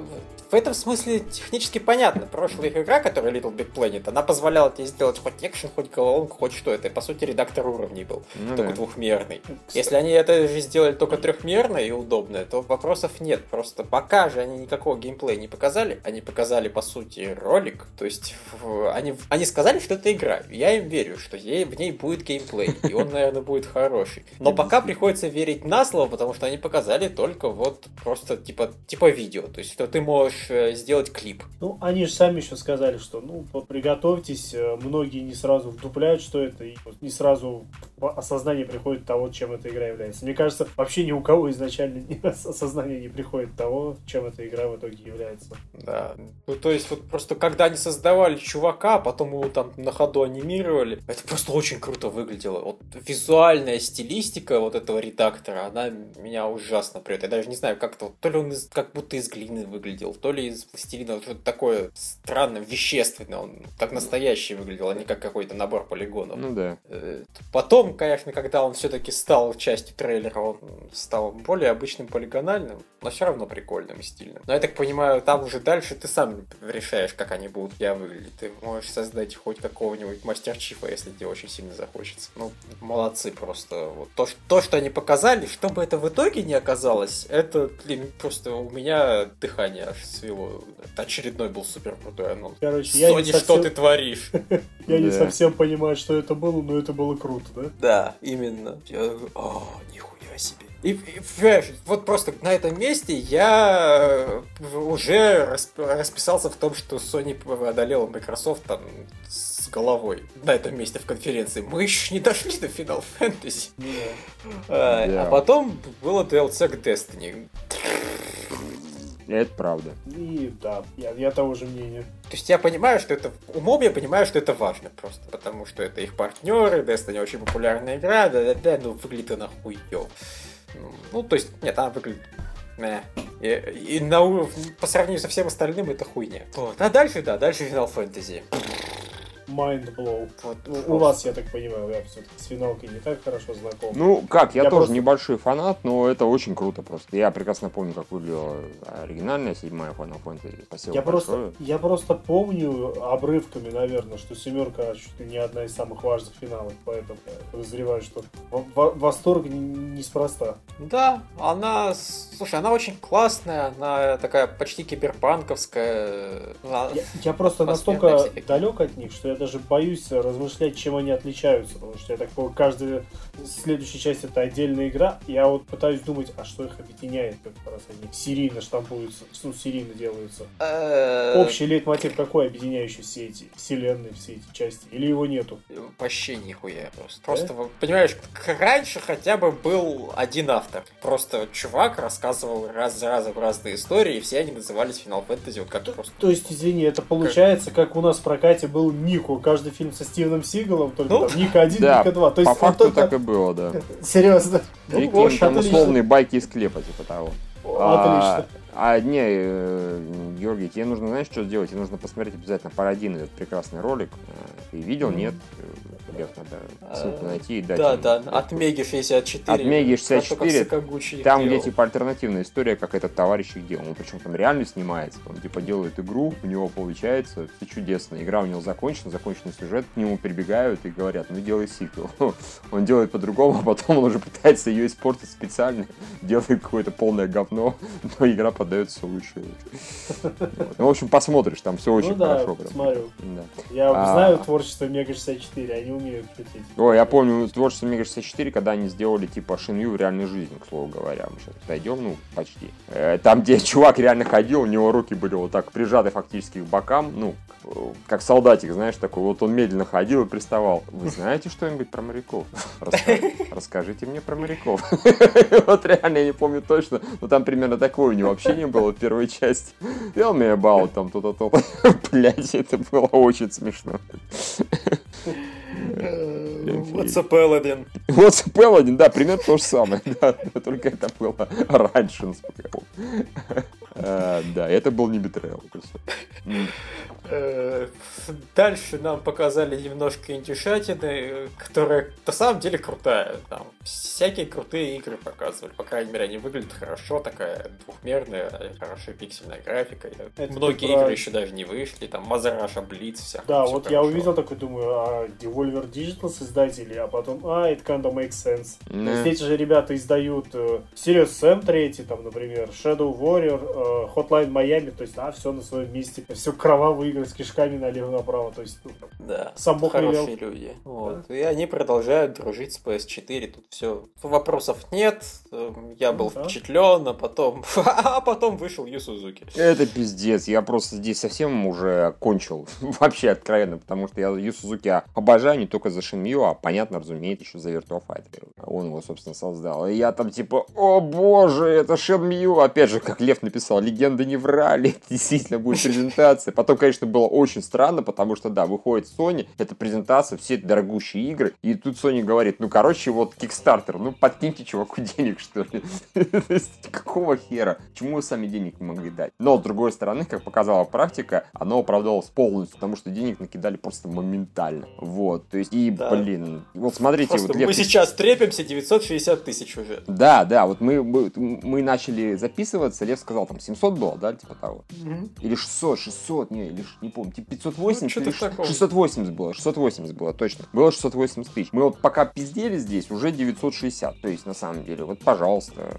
в этом смысле технически понятно. Прошлая их игра, которая Little Big Planet, она позволяла тебе сделать хоть экшен, хоть головоломку, хоть что. Это, по сути, редактор уровней был, Ну только да. двухмерный. Кстати. Если они это же сделали только трехмерное и удобное, то вопросов нет. Просто пока же они никакого геймплея не показали. Они показали, по сути, ролик. То есть в- они, они сказали, что это игра. Я им верю, что ей- в ней будет геймплей. И он, наверное, будет хороший. Но пока приходится верить на слово, потому что они показали только вот просто типа, типа видео. То есть, что ты можешь э, сделать клип. Ну, они же сами еще сказали, что, ну, вот приготовьтесь, э, многие не сразу вдупляют, что это, и вот не сразу осознание приходит того, чем эта игра является. Мне кажется, вообще ни у кого изначально ни- осознание не приходит того, чем эта игра в итоге является. Да. Ну, то есть, вот просто когда они создавали чувака, а потом его там на ходу анимировали, это просто очень круто выглядело. Вот визуальная стилистика вот этого редактора, она меня ужасно прет. Я даже не знаю, как-то, вот, то ли он из, как будто из глины выглядел, то ли из пластилина, вот что-то такое странное, вещественное. Он как настоящий выглядел, а не как какой-то набор полигонов. Ну да. Э, Потом, конечно, когда он все-таки стал частью трейлера, он стал более обычным полигональным, но все равно равно прикольным и стильным. Но я так понимаю, там уже дальше ты сам решаешь, как они будут у тебя выглядеть. Ты можешь создать хоть какого-нибудь мастер-чифа, если тебе очень сильно захочется. Ну, молодцы просто. Вот. То, что, то, что они показали, что бы это в итоге не оказалось, это блин, просто у меня дыхание аж свело. Это очередной был супер крутой анонс. Короче, я Sony, не совсем... что ты творишь? Я не совсем понимаю, что это было, но это было круто, да? Да, именно. О, нихуя себе. И, и понимаешь, вот просто на этом месте я уже расписался в том, что Sony одолела Microsoft там с головой на этом месте в конференции. Мы еще не дошли до Final Fantasy. Yeah. А, yeah. а потом было ди эл си к Destiny. Это правда. И да, я, я того же мнения. То есть я понимаю, что это... Умом я понимаю, что это важно просто. Потому что это их партнеры, Destiny очень популярная игра, да-да-да, ну выглядит она хуёво. Ну, то есть, нет, она выглядит... Э, и, и на уровне, по сравнению со всем остальным, это хуйня. Вот. А дальше, да, дальше Final Fantasy. Mind blow. Вот, у, у вас, я так понимаю, я все-таки с финалкой не так хорошо знаком. Ну, как, я, я тоже просто... небольшой фанат, но это очень круто просто. Я прекрасно помню, как выглядела оригинальная седьмая Final Fantasy. Спасибо я большое. Просто, я просто помню обрывками, наверное, что семерка чуть ли не одна из самых важных финалов, поэтому я подозреваю, что восторг неспроста. Да, она, слушай, она очень классная, она такая почти киберпанковская. Я, я просто настолько далек от них, что я даже боюсь размышлять, чем они отличаются, потому что я так понимаю, каждая следующая часть это отдельная игра. Я вот пытаюсь думать, а что их объединяет, как раз они серийно штампуются, ну, серийно делаются. Общий лейтмотив какой, объединяющий все эти вселенные, все эти части? Или его нету? Вообще нихуя просто. Просто, понимаешь, раньше хотя бы был один автор. Просто чувак рассказывал раз за разом разные истории, и все они назывались Final Fantasy вот как то, просто... То есть, извини, это получается, как, как у нас в прокате был Нико. Каждый фильм со Стивеном Сигалом, только ну, там Ника один, да, Ника два. То по есть, факту только... так и было, да. Серьезно? Такие ну, там условные байки из клепа, типа того. Отлично. А, а не, э, Георгий, тебе нужно, знаешь, что сделать? Тебе нужно посмотреть обязательно Пародин, этот прекрасный ролик. Ты видел, mm-hmm. нет? Ребят, надо ссылку найти и дать. Да, им. да, от Меги шестьдесят четыре. От Меги шестьдесят четыре, там, где, типа, альтернативная история, как этот товарищ их делал. Он причем там реально снимается. Он, типа, делает игру, у него получается, все чудесно. Игра у него закончена, законченный сюжет, к нему прибегают и говорят, ну, делай сиквел. Он делает по-другому, а потом он уже пытается ее испортить специально, делает какое-то полное говно, но игра подается все лучше и лучше. Вот. Ну, в общем, посмотришь, там все очень ну, да, хорошо. Прям. Смотрю. Да. Я а... знаю творчество Мега шестьдесят четыре, они умеют крутить. Ой, я помню творчество Мега шестьдесят четыре, когда они сделали типа Шинью в реальной жизни, к слову говоря. Мы сейчас дойдем, ну, почти. Там, где чувак реально ходил, у него руки были вот так прижаты фактически к бокам, ну, как солдатик, знаешь, такой. Вот он медленно ходил и приставал. Вы знаете что-нибудь про моряков? Расскажите мне про моряков. Вот реально, я не помню точно, но там примерно такое у него общение было в первой части. Tell me about там то-то-то. Блять, это было очень смешно. What's a Paladin? What's a Paladin, да, примерно то же самое. Да, только это было раньше, насколько я помню. А, да, это был не Betrayal. Дальше нам показали немножко индюшатины, которая на самом деле крутая. Там всякие крутые игры показывали. По крайней мере, они выглядят хорошо, такая двухмерная, хорошая пиксельная графика. Это Многие игры про... еще даже не вышли. Там Mother Russia, Blitz, вся. Да, вот я увидел такой, думаю, а Devolver Digital создатели, а потом, а, it kinda makes sense. Mm. То есть эти же ребята издают uh, Serious Sam три, там, например, Shadow Warrior, uh, Hotline Miami, то есть, а, все на своем месте. Все кровавые игры с кишками налево-направо, то есть, ну, да, сам бог хорошие велел. люди. Вот. Да. И они продолжают дружить с пи эс четыре, тут все. Вопросов нет, я был да. впечатлен, а потом, а потом вышел Ю Сузуки. Это пиздец, я просто здесь совсем уже кончил, вообще откровенно, потому что я Ю Сузуки обожаю не только за Шинмью, а понятно, разумеется, еще за Virtua Fighter. Он его, собственно, создал. И я там типа, о боже, это Шинмью, опять же, как Лев написал, легенды не врали, действительно будет презентация. Потом, конечно, было очень странно, потому что, да, выходит Sony, это презентация, все дорогущие игры, и тут Sony говорит, ну, короче, вот Kickstarter, ну, подкиньте чуваку денег, что ли. То есть, какого хера? Почему вы сами денег не могли дать? Но, с другой стороны, как показала практика, оно оправдалось полностью, потому что денег накидали просто моментально. Вот, то есть, и, да. блин, вот смотрите. Просто вот мы Лев... сейчас трепимся девятьсот шестьдесят тысяч уже. Да, да, вот мы, мы, мы начали записываться, Лев сказал, там, семьсот было, да, типа того? Угу. Или шестьсот, шестьсот, не, или, не помню, типа пятьсот восемьдесят, ну, или шестьсот восемьдесят было, шестьсот восемьдесят было, точно. Было шестьсот восемьдесят тысяч. Мы вот пока пиздели здесь, уже девятьсот шестьдесят, то есть, на самом деле, вот, пожалуйста.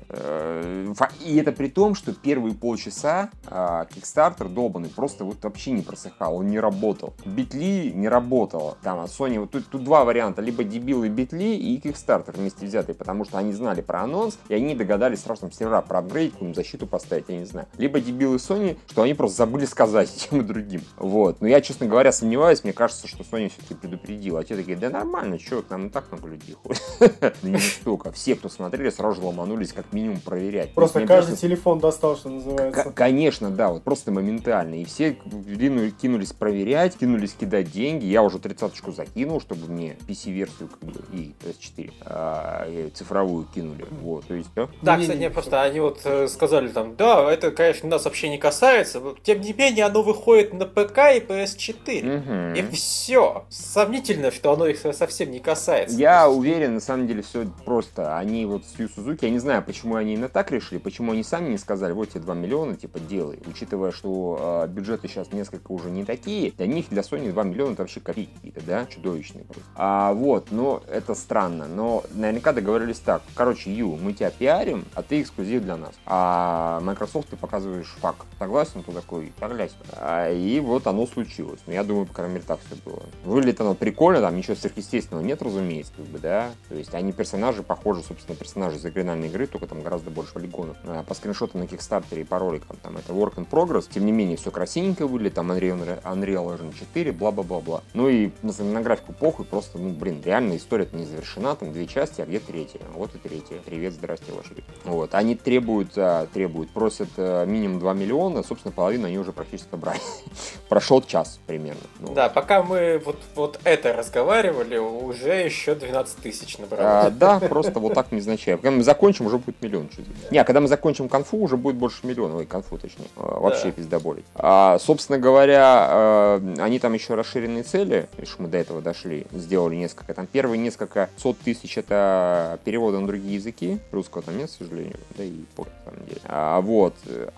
И это при том, что первые полчаса Kickstarter долбанный просто вот вообще не просыхал, он не работал. Битли не работало. Там, а Sony, вот тут, тут два варианта, либо дебилы Битли и Kickstarter вместе взятые, потому что они знали про анонс, и они догадались сразу там сервера проапгрейдить, какую-нибудь защиту поставить, я не знаю. Либо дебилы Sony, что они просто забыли сказать тем и другим. Вот. Но я, честно говоря, сомневаюсь, мне кажется, что Sony все-таки предупредила. А те такие, да нормально, что, к нам и так много людей ходит. Да не столько. Все, кто смотрели, сразу же ломанулись как минимум проверять. Просто каждый телефон достал, что называется. Конечно, да, вот просто моментально. И все кинулись проверять, кинулись кидать деньги. Я уже тридцаточку закинул, чтобы мне пи си-версию как бы, и пи эс четыре а, цифровую кинули. Вот, то есть, да? Да, кстати, не, просто они вот э, сказали там, да, это, конечно, нас вообще не касается. Тем не менее, оно выходит на ПК и пи эс четыре. Угу. И все. Сомнительно, что оно их совсем не касается. Я уверен, на самом деле, все просто. Они вот с Ю Сузуки, я не знаю, почему они именно так решили, почему они сами не сказали, вот тебе два миллиона, типа, делай. Учитывая, что э, бюджеты сейчас несколько уже не такие, для них, для Sony два миллиона это вообще копейки какие-то, да, чудовищные просто. А вот, но это странно. Но наверняка договорились так. Короче, Ю, мы тебя пиарим, а ты эксклюзив для нас. А Microsoft ты показываешь факт. Согласен? То такой, согласен. А, и вот оно случилось. Но я думаю, по крайней мере, так все было. Выглядит оно прикольно, там ничего сверхъестественного нет, разумеется, как бы, да. То есть они персонажи похожи, собственно, персонажи из оригинальной игры, только там гораздо больше полигонов. А, по скриншотам на Kickstarter и по роликам там это work in progress. Тем не менее, все красивенько выглядит, там Unreal, Unreal Engine четыре, бла-бла-бла-бла. Ну и на, на графику похуй, просто, ну, блин, реально история-то не завершена, там две части, а где третья? Вот и третья. Привет, здрасте, ваши. Вот. Они требуют, а, требуют, просят а, минимум два миллиона, собственно, половину они уже практически собрали. Прошел час примерно. Ну, да, пока мы вот, вот это разговаривали, уже еще двенадцать тысяч набрали. А, да, просто вот так незначительно. Когда мы закончим, уже будет миллион. Не, а когда мы закончим конфу, уже будет больше миллиона. Ой, конфу точнее. А, вообще да. Пиздоболить. А, собственно говоря, а, они там еще расширенные цели, если мы до этого дошли, сделали несколько. Там первые несколько сот тысяч это переводы на другие языки. Русского там нет, к сожалению. Да и по на самом деле. А, вот.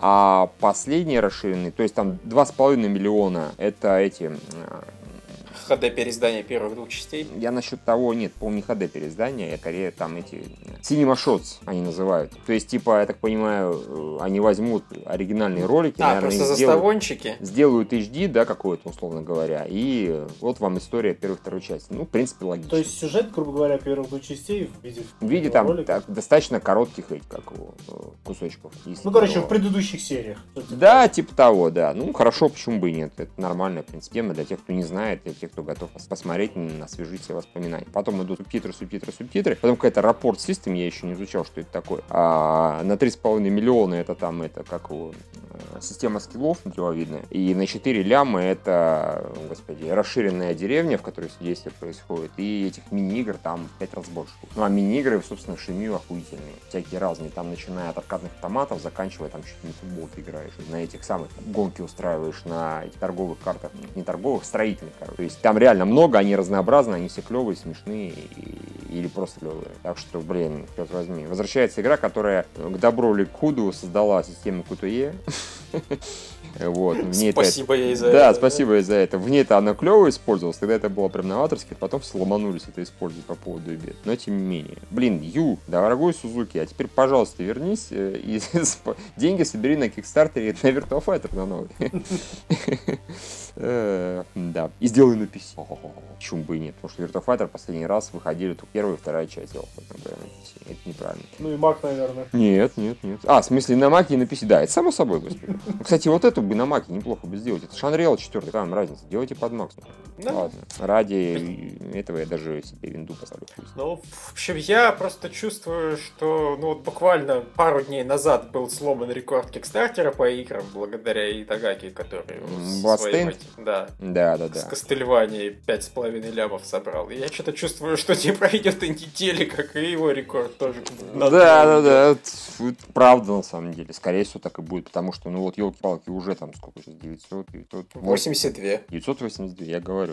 А последние расширенные, то есть там два с половиной миллиона это эти... эйч ди переиздание первых двух частей? Я насчет того, нет, по-моему, не эйч ди переиздания, а скорее там эти Cinema Shots они называют. То есть, типа, я так понимаю, они возьмут оригинальные ролики, а, наверное, просто заставончики? Сделают эйч ди, да, какой-то, условно говоря, и вот вам история первой и второй части. Ну, в принципе, логично. То есть, сюжет, грубо говоря, первых двух частей в виде В виде там так, достаточно коротких этих, как его, кусочков. Ну, короче, того. В предыдущих сериях. Да, типа того, да. Ну, хорошо, почему бы и нет. Это нормальная, в принципе, тема для тех, кто не знает, для тех, кто готов посмотреть, освежить все воспоминания. Потом идут субтитры, субтитры, субтитры. Потом какая-то рапорт систем, я еще не изучал, что это такое. А на три с половиной миллиона это там, это как его, система скиллов древовидная. И на четыре ляма это, господи, расширенная деревня, в которой все действие происходит. И этих мини-игр там пять раз больше. Ну, а мини-игры, собственно, в Шимию охуительные. Всякие разные. Там, начиная от аркадных автоматов, заканчивая там чуть не футбол ты играешь. На этих самых гонки устраиваешь на этих торговых картах. Не торговых, строительных, короче. То есть там реально много, они разнообразны, они все клевые, смешные и, или просто клевые. Так что, блин, черт возьми. Возвращается игра, которая к добру или к худу создала систему кью ти и. Вот, спасибо ей за да, это. Да, спасибо ей за это. В ней-то она клево использовалась, тогда это было прям новаторски, потом сломанулись это использовать по поводу бед. Но тем не менее. Блин, Ю, дорогой Сузуки, а теперь, пожалуйста, вернись и деньги собери на Кикстартере на Virtua Fighter на новый. Да, и сделай на пи си. Почему бы и нет? Потому что Virtua Fighter последний раз выходили только первая и вторая часть. Это неправильно. Ну и Mac, наверное. Нет, нет, нет. А, в смысле на Mac и на пи си. Да, это само собой, господи. Кстати, вот это четвертый бы на маке неплохо бы сделать. Это Unreal четыре, там разница. Делайте под макс. Да. Ладно. Ради этого я даже себе винду поставлю. Ну, в общем, я просто чувствую, что ну вот буквально пару дней назад был сломан рекорд Кикстартера по играм, благодаря Итагаки, который Bloodstained? Да. Да, да, да. С Кастельвании пять с половиной лямов собрал. И я что-то чувствую, что не пройдет и недели, как и его рекорд тоже. Да, да, да. Это, это правда, на самом деле. Скорее всего, так и будет, потому что, ну вот, елки-палки, уже там сколько сейчас, девятьсот, девятьсот... восемьдесят два. девятьсот восемьдесят два, я говорю.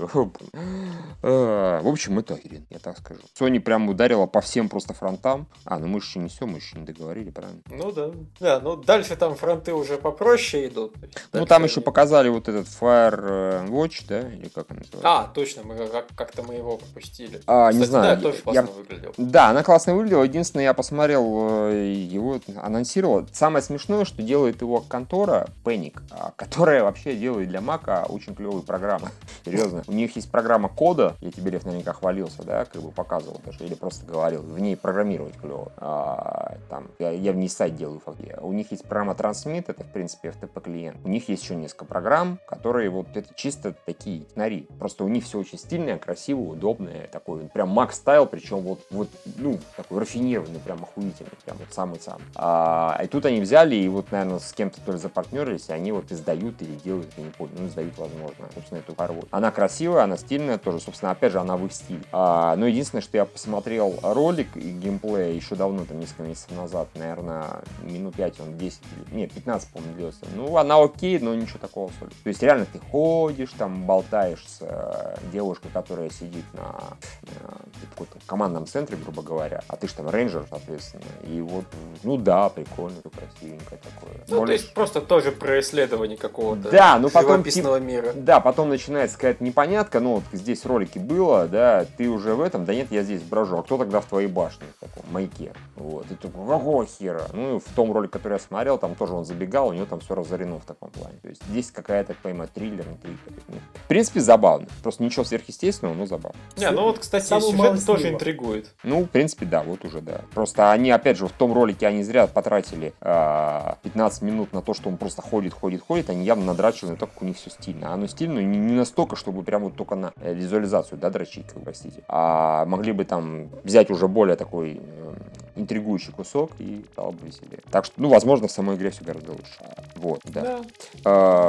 В общем, это охеренно, я так скажу. Sony прям ударила по всем просто фронтам. А, ну мы еще не все, мы еще не договорили, правильно? Ну да. Да, ну дальше там фронты уже попроще идут. Ну там еще показали вот этот Firewatch, да? Или как он называется? А, точно, мы как- как-то мы его пропустили. А, Кстати, не знаю. Да, тоже я... классно выглядел. Да, она классно выглядела. Единственное, я посмотрел, его анонсировал. Самое смешное, что делает его контора Panic, которая вообще делает для Мака очень клевые программы. Серьезно. У них есть программа кода, я тебе, Лев, наверняка хвалился, да, как бы показывал даже, или просто говорил, в ней программировать клево. А, там, я, я в ней сайт делаю факты. У них есть программа Transmit, это, в принципе, эф ти пи-клиент. У них есть еще несколько программ, которые вот это чисто такие технари. Просто у них все очень стильное, красивое, удобное, такой прям Mac стайл, причем вот, вот, ну, такой рафинированный, прям охуительный, прям вот самый-самый. А, и тут они взяли и вот, наверное, с кем-то то ли запартнерились, и они вот издают или делают, я не помню, ну, издают, возможно, собственно, эту Firewatch. Она красивая, она стильная тоже, собственно, опять же, она в их стиле. А, но единственное, что я посмотрел ролик и геймплея еще давно, там, несколько месяцев назад, наверное, минут пять, он десять, нет, пятнадцать, по-моему, длился. Ну, она окей, но ничего такого особенного. То есть, реально, ты ходишь, там, болтаешь с э, девушкой, которая сидит на э, каком-то командном центре, грубо говоря, а ты же там рейнджер, соответственно, и вот, ну да, прикольно, красивенькое такое. Ну, Более... то есть, просто тоже про исследование какого-то да, ну, потом, живописного тип... мира. Да, потом начинается какая-то непонятка, ну, вот здесь в ролике было, да, ты уже в этом, да нет, я здесь брожу, а кто тогда в твоей башне, в таком маяке, вот, и ты такой, какого хера? Ну, и в том ролике, который я смотрел, там тоже он забегал, у него там все разорено в таком плане, то есть здесь какая-то, так понимаю, триллер, интрига. В принципе, забавно, просто ничего сверхъестественного, но забавно. Не, ну вот, кстати, Самый сюжет тоже снова. интригует. Ну, в принципе, да, вот уже, да. Просто они, опять же, в том ролике они зря потратили э, пятнадцать минут на то, что он просто ходит, ходит, ходит, они явно надрачивали на то, как у них все стильно. Оно стильно не, не настолько, чтобы прям вот только на э, визуализацию, да, дрочить, как, простите. А могли бы там взять уже более такой э, интригующий кусок и стало бы веселее. Так что, ну, возможно, в самой игре все гораздо лучше. Вот, да. Да. А,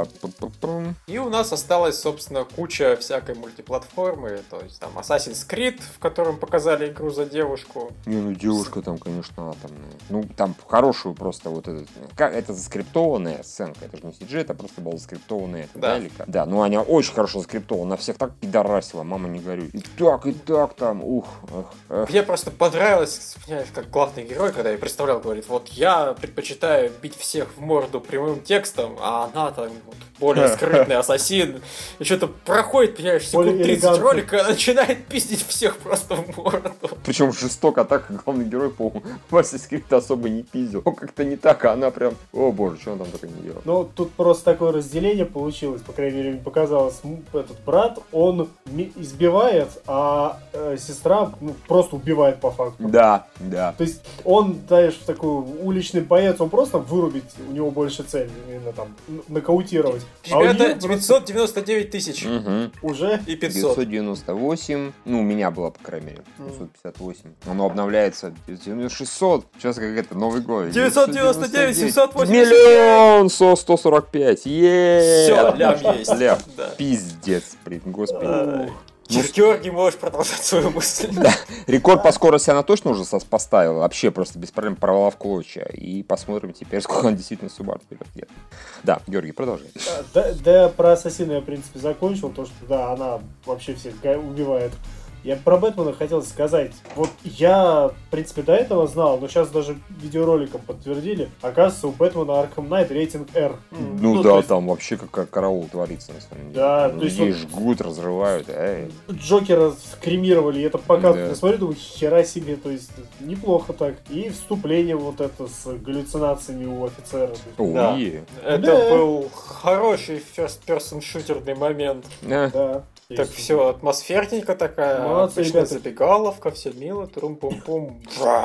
И у нас осталась, собственно, куча всякой мультиплатформы, то есть там Assassin's Creed, в котором показали игру за девушку. Не, ну девушка там, конечно, атомная. Ну, там хорошую просто вот этот... Как, это заскриптованная сценка, это же не си джи, это просто была заскриптованная. Это, да. Да, или как? Да, ну она очень хорошо заскриптована, на всех так пидорасила, мама не горюй. И так, и так там, ух, эх, эх. Мне просто понравилось, понимаешь, как главный герой, когда я представлял, говорит, вот я предпочитаю бить всех в морду прямым текстом, а она там вот, более скрытный ассасин. И что-то проходит, понимаешь, секунд тридцать ролика, начинает пиздить всех просто в морду. Причем жестоко, а так главный герой, по-моему, в Assassin's Creed особо не пиздил. Он как-то не так, а она прям, о боже, что он там только не делал. Ну, тут просто такое разделение получилось, по крайней мере, мне показалось, этот брат, он избивает, а э, сестра ну, просто убивает по факту. Да, да. То есть он, знаешь, такой уличный боец, он просто вырубить, у него больше цель, именно там, нокаутировать. Ребята, а девятьсот девяносто девять тысяч. Угу. Уже? И пятьсот. девятьсот девяносто восемь, ну, у меня было, по крайней мере, девятьсот пятьдесят восемь. Оно обновляется шестьсот, сейчас как это, Новый год. девятьсот девяносто девять, семьсот восемьдесят. Миллион сто сорок пять, еее! Все, лям есть. Лям, Да. пиздец, блин, господи. А, Георгий, можешь продолжать свою мысль. Да. Рекорд по скорости она точно уже поставила, вообще просто без проблем порвала в клочья. И посмотрим теперь, сколько он действительно Subaru вперед. Да, Георгий, продолжай. Да, да, про Ассасина я, в принципе, закончил, то, что, да, она вообще всех убивает. Я про Бэтмена хотел сказать. Вот я, в принципе, до этого знал, но сейчас даже видеороликом подтвердили. Оказывается, у Бэтмена Arkham Knight рейтинг R. Ну, ну да, есть... там вообще как караул творится, на самом деле. Да, ну, то есть... Людей вот... жгут, разрывают. Эй. Джокера скримировали, и это показывают. Да. Я смотрю, думаю, хера себе, то есть неплохо так. И вступление вот это с галлюцинациями у офицера. О, да. е. Это да. был хороший first-person шутерный момент. Да. Да. Так все, атмосферненько такая, молодцы, обычная ребята. забегаловка, все мило, трум-пум-пум.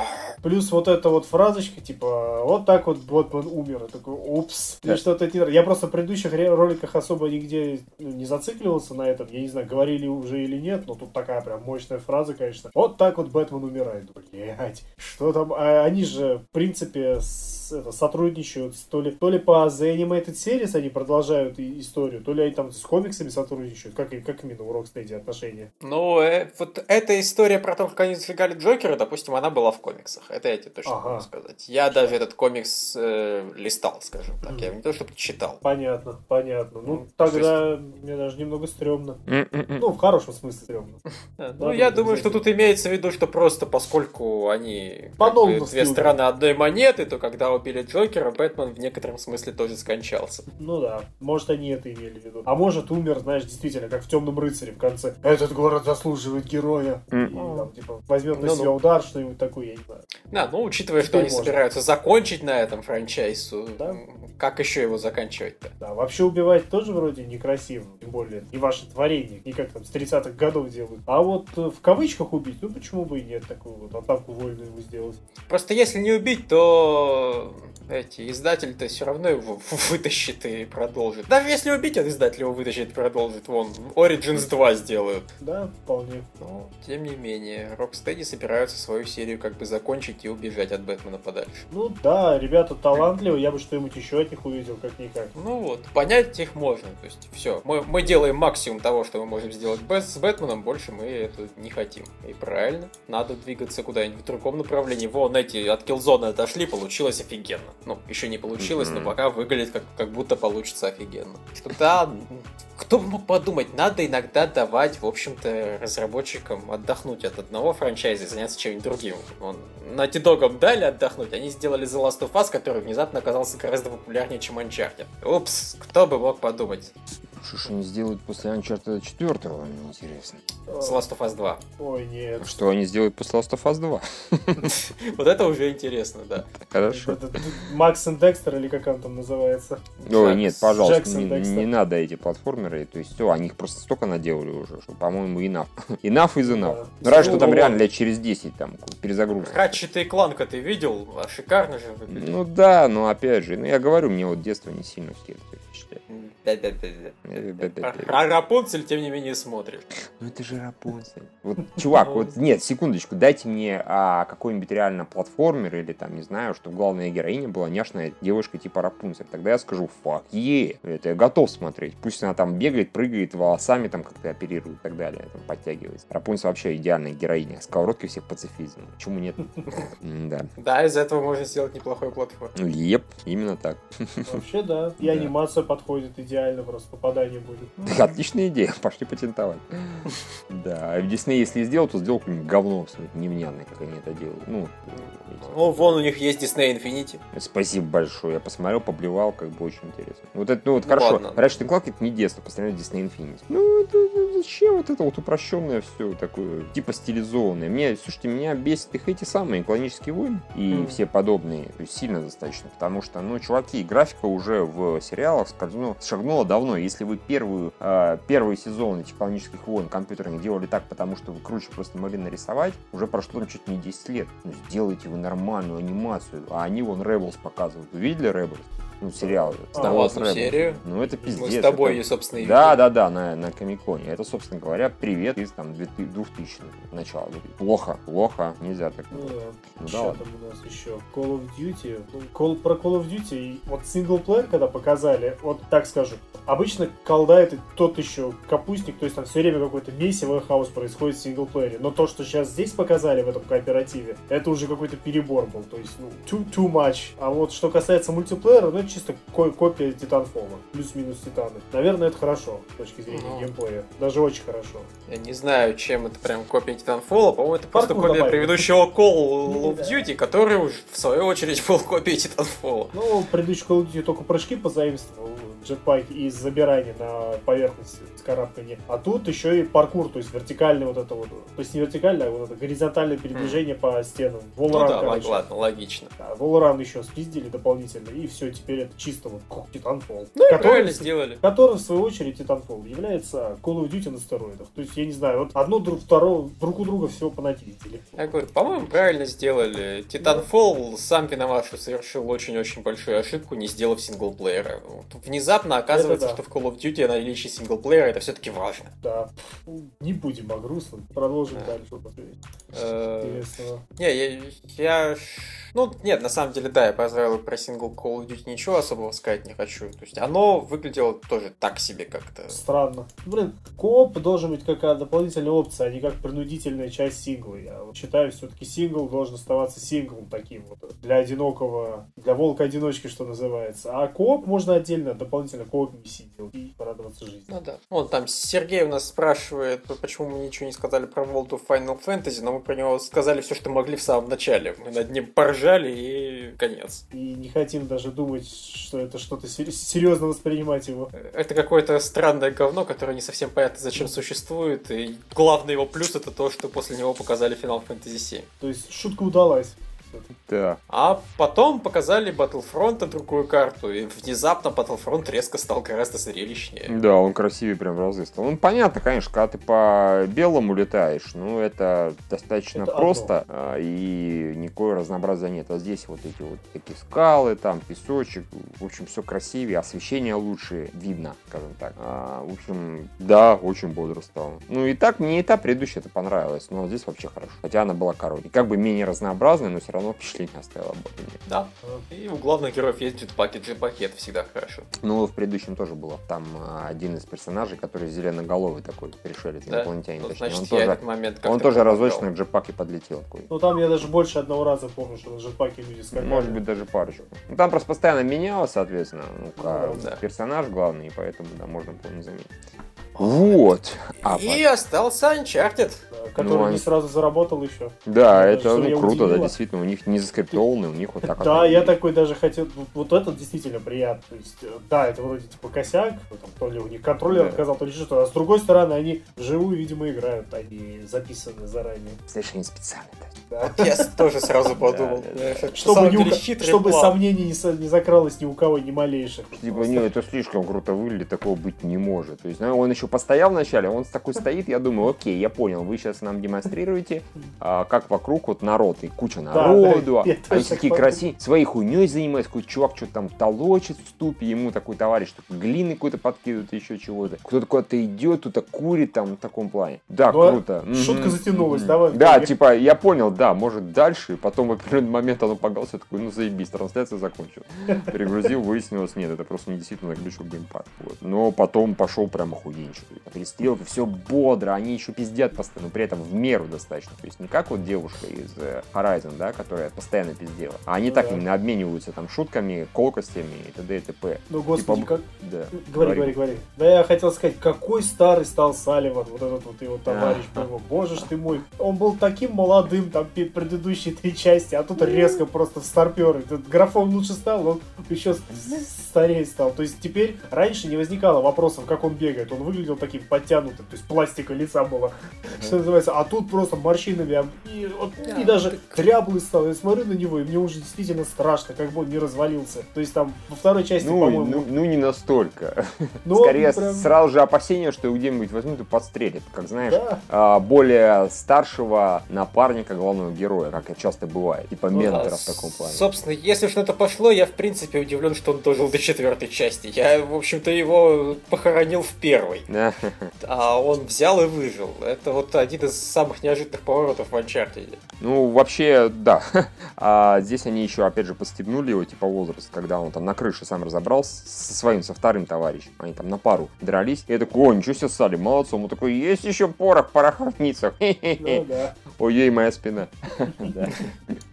Плюс вот эта вот фразочка, типа, вот так вот Бэтмен умер. Я такой, упс. Да. Что-то это... Я просто в предыдущих роликах особо нигде не зацикливался на этом. Я не знаю, говорили уже или нет, но тут такая прям мощная фраза, конечно. Вот так вот Бэтмен умирает. Блять, что там? А они же, в принципе, с, это, сотрудничают. То ли, то ли по The Animated Series они продолжают и, историю, то ли они там с комиксами сотрудничают. Как, как именно у Rocksteady отношения? Ну, э, вот эта история про то, как они сжигали Джокера, допустим, она была в комиксах. Это я тебе точно ага. могу сказать. Я даже этот комикс э, листал, скажем так. Mm-hmm. Я не то, чтобы читал. Понятно, понятно. Ну, mm-hmm. тогда есть... мне даже немного стрёмно. Mm-mm. Ну, в хорошем смысле стрёмно. Ну, я думаю, что тут имеется в виду, что просто поскольку они как бы, две стороны одной монеты, то когда убили Джокера, Бэтмен в некотором смысле тоже скончался. Ну да, может они это имели в виду. А может умер, знаешь, действительно, как в «Темном рыцаре» в конце. Этот город заслуживает героя. Mm-hmm. И там, типа, возьмет на ну, себя ну. удар, что-нибудь такое, я не знаю. Да, ну, учитывая, что они можно. собираются закончить на этом франчайз, да? Как еще его заканчивать-то? Да, вообще убивать тоже вроде некрасиво, тем более и ваше творение, не как там с тридцатых годов делают. А вот в кавычках убить, ну почему бы и нет, такую вот атаку вольную ему сделать. Просто если не убить, то эти издатель-то все равно его вытащит и продолжит. Даже если убить, он издатель его вытащит и продолжит. Вон, Origins два сделают. Да, вполне. Но, тем не менее, Rocksteady собираются свою серию как бы закончить и убежать от Бэтмена подальше. Ну да, ребята талантливые, я бы что-нибудь еще от них увидел, как-никак. Ну вот, понять их можно. То есть, все, мы, мы делаем максимум того, что мы можем сделать с Бэтменом, больше мы это не хотим. И правильно, надо двигаться куда-нибудь в другом направлении. Вон, эти от Killzone отошли, получилось офигенно. Ну, еще не получилось, mm-hmm. но пока выглядит как, как будто получится офигенно. Что да, кто бы мог подумать, надо иногда давать, в общем-то, разработчикам отдохнуть от одного франчайза и заняться чем-нибудь другим. Вон, Naughty Dog'ам дали отдохнуть, они сделали The Last of Us, который внезапно оказался гораздо популярнее, чем Uncharted. Упс, кто бы мог подумать. Что ж они сделают после Uncharted четыре, мне интересно. С Last of Us два. Ой, нет. Что они сделают после Last of Us два? Вот это уже интересно, да. Хорошо. Макс и Декстер, или как он там называется? Ой, нет, пожалуйста, не надо эти платформеры. То есть, все, они их просто столько наделали уже, что, по-моему, enough. Enough is enough. Ну, раз что там реально лет через десять там перезагрузка. Ratchet и Clank ты видел? Шикарно же выглядит. Ну да, но опять же, ну я говорю, мне вот детство не сильно впечатляет. А Рапунцель, тем не менее, смотришь. Ну это же Рапунцель. Вот, чувак, вот нет, секундочку, дайте мне а, какой-нибудь реально платформер или там, не знаю, чтобы главная героиня была няшная девушка типа Рапунцель. Тогда я скажу, фак, е, это я готов смотреть. Пусть она там бегает, прыгает, волосами там как-то оперирует и так далее, там подтягивается. Рапунцель вообще идеальная героиня. Сковородки всех пацифизм. Почему нет? Да. Да, из этого можно сделать неплохой платформер. Еп, именно так. Вообще да. И анимация подходит идеально, просто попадание будет. Отличная идея, пошли патентовать. Да, а в Disney, если сделал, то сделал какое-нибудь говно невнятное, как они это делают. Ну, ну, вон у них есть Disney Infinity. Спасибо большое. Я посмотрел, поблевал, как бы очень интересно. Вот это, ну вот ну, хорошо. Ratchet and Clank это не детство, по сравнению с Disney Infinity. Ну, это, зачем вот это вот упрощенное все такое, типа стилизованное? Мне, слушайте, меня бесит их эти самые клонические войны и mm. все подобные. То есть сильно достаточно. Потому что, ну, чуваки, графика уже в сериалах скользнула, шагнула давно. Если вы первую, э, первый сезон этих клонических войн компьютерами делали так, потому что вы круче просто могли нарисовать, уже прошло там чуть не десять лет. Ну, сделайте вы нормальную анимацию. А они вон Rebels показывают. Вы видели Rebels? Ну, сериал. А, одну серию. Ну, это пиздец. Мы с тобой, это... собственно, и Да, да, да, на, на Комик-Коне. Это, собственно говоря, привет из там двухтысячных начала. Плохо, плохо, нельзя так. Ну, да. Ну, что да, там у нас еще? Call of Duty. Call, про Call of Duty, вот синглплеер, когда показали, вот так скажу, обычно колда это тот еще капустник, то есть там все время какой-то месиво хаос происходит в синглплеере. Но то, что сейчас здесь показали в этом кооперативе, это уже какой-то перебор был. То есть, ну, too, too much. А вот что касается мультиплеера, ну, это чисто копия Титанфола. Плюс-минус Титаны. Наверное, это хорошо с точки зрения ну, геймплея. Даже очень хорошо. Я не знаю, чем это прям копия Титанфола. По-моему, это просто Паркур копия предыдущего Call of Duty, который уж в свою очередь был копией Титанфола. Ну, предыдущий Call of Duty только прыжки позаимствовал. джетпаки и забирание на поверхность скарабкания. А тут еще и паркур, то есть вертикальный вот это вот. То есть не вертикальное, а вот это горизонтальное передвижение mm. по стенам. Wallrun, ну да, короче. Ладно, логично. Да, Wallrun еще спиздили дополнительно, и все, теперь это чисто вот Titanfall. Ну который, правильно сделали. Который, в свою очередь, Titanfall является Call of Duty на стероидах. То есть, я не знаю, вот одно друг, второго, друг у друга всего понапиздили. Я говорю, по-моему, правильно сделали. Titanfall сам виноват, что совершил очень-очень большую ошибку, не сделав синглплеера. Внезапно оказывается, да. что в Call of Duty наличие синглплеера это все-таки важно. Да. Не будем о грустном. Продолжим да. дальше. Интересного. Не, я, я... Ну, нет, на самом деле, да, я поздравил про сингл Call of Duty, ничего особого сказать не хочу. То есть оно выглядело тоже так себе как-то. Странно. Блин, кооп должен быть как дополнительная опция, а не как принудительная часть сингла. Я вот считаю, все-таки сингл должен оставаться синглом таким вот. Для одинокого, для волка-одиночки, что называется. А кооп можно отдельно, дополнительно кооп миссии делать и порадоваться жизни. Ну да. Вон там Сергей у нас спрашивает, почему мы ничего не сказали про World of Final Fantasy, но мы про него сказали все, что могли в самом начале. Мы над ним поржали. И конец. И не хотим даже думать, что это что-то серьезно воспринимать его. Это какое-то странное говно, которое не совсем понятно, зачем существует. И главный его плюс это то, что после него показали Final Fantasy семь. То есть шутка удалась. Да. А потом показали Battlefront, другую карту, и внезапно Battlefront резко стал гораздо зрелищнее. Да, он красивее прям в разы стал. Ну, понятно, конечно, когда ты по белому летаешь, ну, это достаточно это просто, одно. И никакого разнообразия нет. А здесь вот эти вот такие скалы, там песочек, в общем, все красивее, освещение лучше видно, скажем так. А, в общем, да, очень бодро стало. Ну, и так, мне и та предыдущая это понравилось, но здесь вообще хорошо. Хотя она была короткой. Как бы менее разнообразная, но все равно но впечатление оставило. Да. И у главных героев есть джетпаки. Джетпаки это всегда хорошо. Ну, в предыдущем тоже было. Там один из персонажей, который зеленоголовый такой, пришелец, да? Инопланетянин. Ну, значит, он я тоже, этот момент он тоже разочек на джетпаке подлетел. Такой. Ну, там я даже больше одного раза помню, что на джетпаке люди скакали. Может быть, даже парочку. Ну, там просто постоянно менялось, соответственно, ну, ну, да. персонаж главный, и поэтому, да, можно было не заметить. Вот. А, и под... остался Uncharted. Да, который ну, не сразу заработал еще. Да, это ну, круто, да, действительно. У них не заскриптованный, у них вот так. Да, я такой даже хотел... Вот это действительно приятно. То есть, да, это вроде типа косяк. То ли у них контроллер отказал, то ли что-то. А с другой стороны, они вживую, видимо, играют. Они записаны заранее. Совершенно не специально. Да. Вот я тоже сразу подумал. Чтобы сомнений не закралось ни у кого, ни малейших. Типа, не, это слишком круто выглядит, такого быть не может. То есть, он еще постоял вначале, он такой стоит, я думаю, окей, я понял, вы сейчас нам демонстрируете, а, как вокруг вот народ, и куча народу, да, да, они такие красивые, своей хуйней занимаются, какой чувак что-то там толочит в ступе, ему такой товарищ такой, глины какой-то подкидывает, еще чего-то, кто-то куда-то идет, кто-то курит там в таком плане. Да, ну, круто. Шутка затянулась, давай. Да, типа, я понял, да, может дальше, потом в определенный момент оно погался, такой, ну заебись, трансляция закончилась. Перегрузил, выяснилось, нет, это просто не действительно заглючил геймпад. Вот. Но потом пошел прям охуенчик. Перестрелки, все бодро, они еще пиздят постоянно, но при этом в меру достаточно. То есть не как вот девушка из Horizon, да, которая постоянно пиздела. А они ну, так да. именно обмениваются там шутками, колкостями и т.д. и т.п. Ну, господи, типа... как... Да. Говори, говори, говори. Да я хотел сказать, какой старый стал Салливан, вот этот вот его товарищ, а, его. Боже ж ты мой. Он был таким молодым, там, предыдущие три части, а тут резко просто в старпер. Этот графон лучше стал, он еще старее стал. То есть теперь раньше не возникало вопросов, как он бегает. Он выглядел таким подтянутым, то есть пластика лица была, uh-huh. что называется, а тут просто морщинами, и, вот, yeah, и даже так... дряблый стал. Я смотрю на него, и мне уже действительно страшно, как бы он не развалился. То есть там во второй части, ну, по-моему... Ну, ну не настолько. Но скорее прям... сразу же опасение, что его где-нибудь возьмут и подстрелят. Как знаешь, да. более старшего напарника главного героя, как это часто бывает. Типа ну, ментора а, в таком плане. Собственно, если что-то пошло, я в принципе удивлен, что он дожил до четвертой части. Я, в общем-то, его похоронил в первой. А он взял и выжил. Это вот один из самых неожиданных поворотов в Uncharted. Ну, вообще, да. А здесь они еще, опять же, подстегнули его, типа, возраст, когда он там на крыше сам разобрался со своим, со вторым товарищем. Они там на пару дрались. И я такой, о, ничего себе, ссали, молодцом. Он такой, есть еще порох в пороховницах. Ой-ой, моя спина.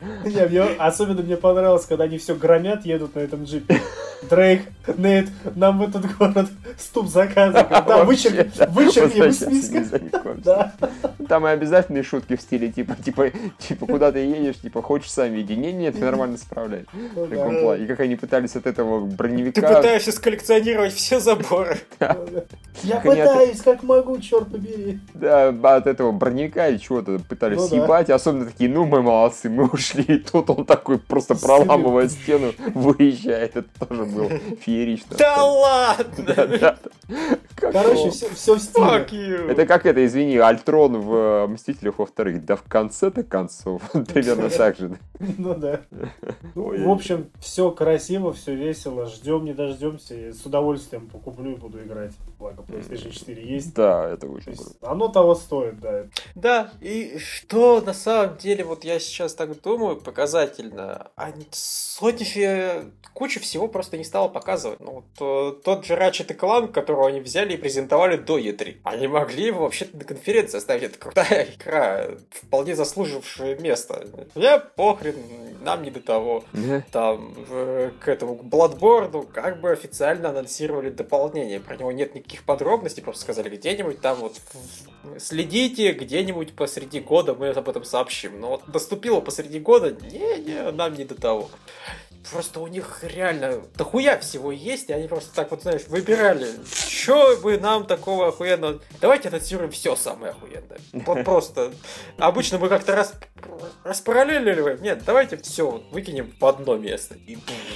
Не, мне, особенно мне понравилось, когда они все громят, едут на этом джипе. Дрейк, Нейт, нам в этот город ступ заказа. Да, вычеркни, вычеркни в списке. Да. Там и обязательные шутки в стиле, типа, типа, типа, куда ты едешь, типа, хочешь сами иди. Не, нет, ты нормально справляешь. И как они пытались от этого броневика... Ты пытаешься сколлекционировать все заборы. Я пытаюсь, как могу, черт побери. Да, от этого броневика или чего-то пытались съебать. Особенно такие, ну мы молодцы, мы ушли. И тут он такой просто проламывает стену, выезжает. Это тоже было феерично. Да ладно! Короче, все в стиле. Это как это, извини, Альтрон в Мстителях во вторых. Да в конце-то концов. Примерно так же. Ну да. В общем, все красиво, все весело. Ждем, не дождемся. С удовольствием покуплю и буду играть. Благо, PlayStation четыре есть. Да, это очень круто. Оно того стоит, да. Да, и что на самом деле, вот я сейчас так думаю, показательно. Sony же кучу всего просто не стала показывать. Ну, вот, тот же Ratchet энд Clank, которого они взяли и презентовали до и три. Они могли его вообще-то на конференции оставить. Это крутая игра, вполне заслужившая место. Я похрен, нам не до того. Там, в, к этому, к Bloodborne, как бы официально анонсировали дополнение. Про него нет никаких подробностей, просто сказали, где-нибудь там вот следите, где-нибудь посреди года мы об этом сообщим. Но вот наступило посреди года, не-не, нам не до того. Просто у них реально дохуя всего есть, и они просто так вот, знаешь, выбирали, что бы нам такого охуенного... Давайте анонсируем все самое охуенное. Вот просто. Обычно мы как-то раз... распараллеливаем. Нет, давайте все выкинем в одно место. И...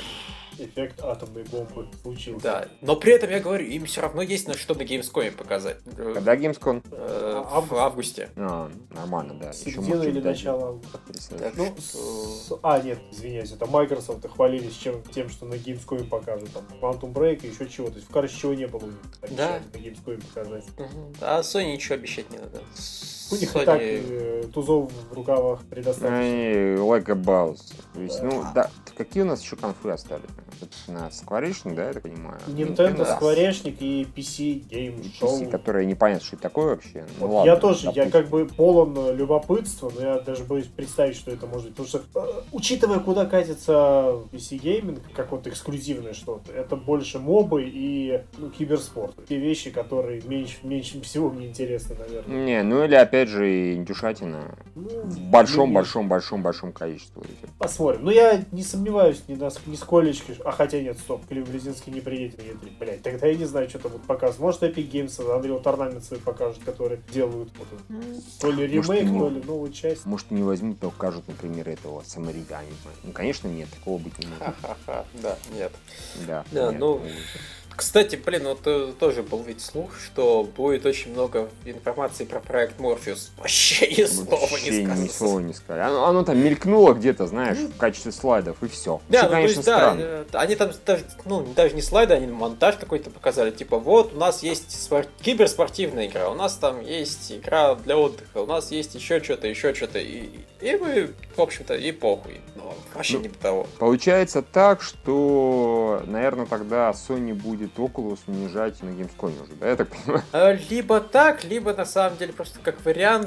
Эффект атомной бомбы случился. Да, но при этом я говорю, им все равно есть на что на Gamescom показать. Когда Gamescom? Э, в августе. А, нормально, да. Середина или начало августа. Ну, с... А, нет, извиняюсь, это Microsoft хвалились чем, тем, что на Gamescom покажут. Там Quantum Break и еще чего. То есть, короче, чего не было у них. Да. На Gamescom показать. Угу. А Sony ничего обещать не надо. У них Sony... и так э, тузов в рукавах предостаточно. Они like a boss. То есть, да. ну, да, какие у нас еще конфы остались? На Скворечник, да, я так понимаю? Nintendo, да. Скворечник и пи си Game Show. пи си, которые непонятно, что это такое вообще. Вот Ну, я ладно, тоже, допустим. я как бы полон любопытства, но я даже боюсь представить, что это может быть. Потому что, э, учитывая, куда катится пи си гейминг, как вот эксклюзивное что-то, это больше мобы и ну, киберспорт. Те вещи, которые меньше, меньше всего мне интересны, наверное. Не, ну или опять же индюшатина ну, в большом-большом-большом-большом количестве. Посмотрим. Но я не сомневаюсь ни на нисколечки. А хотя нет, стоп, Клим Близинский не приедет на и три. Блять, тогда я не знаю, что там будут показывать. Может, Epic Games, Unreal Tournament свой покажут, которые делают вот, то ли ремейк, может, то ли новую часть. Может, не возьмут, но покажут, например, этого Самаригами. Ну, конечно, нет, такого быть не может. Ха-ха-ха, да, нет. Да, да нет, ну... Кстати, блин, вот тоже был ведь слух, что будет очень много информации про проект Morpheus. Вообще ни слова Вообще не сказано. ни слова не сказали. Оно, оно там мелькнуло где-то, знаешь, в качестве слайдов, и все. Да, все, ну, конечно, то есть, странно. Да, они там даже, ну, даже не слайды, они монтаж какой-то показали. Типа, вот, у нас есть спор... киберспортивная игра, у нас там есть игра для отдыха, у нас есть еще что-то, еще что-то. И, и мы, в общем-то, и похуй. Но вообще ну, не до того. Получается так, что, наверное, тогда Sony будет Oculus унижать на Gamescom уже, да, я так понимаю? Либо так, либо на самом деле просто как вариант,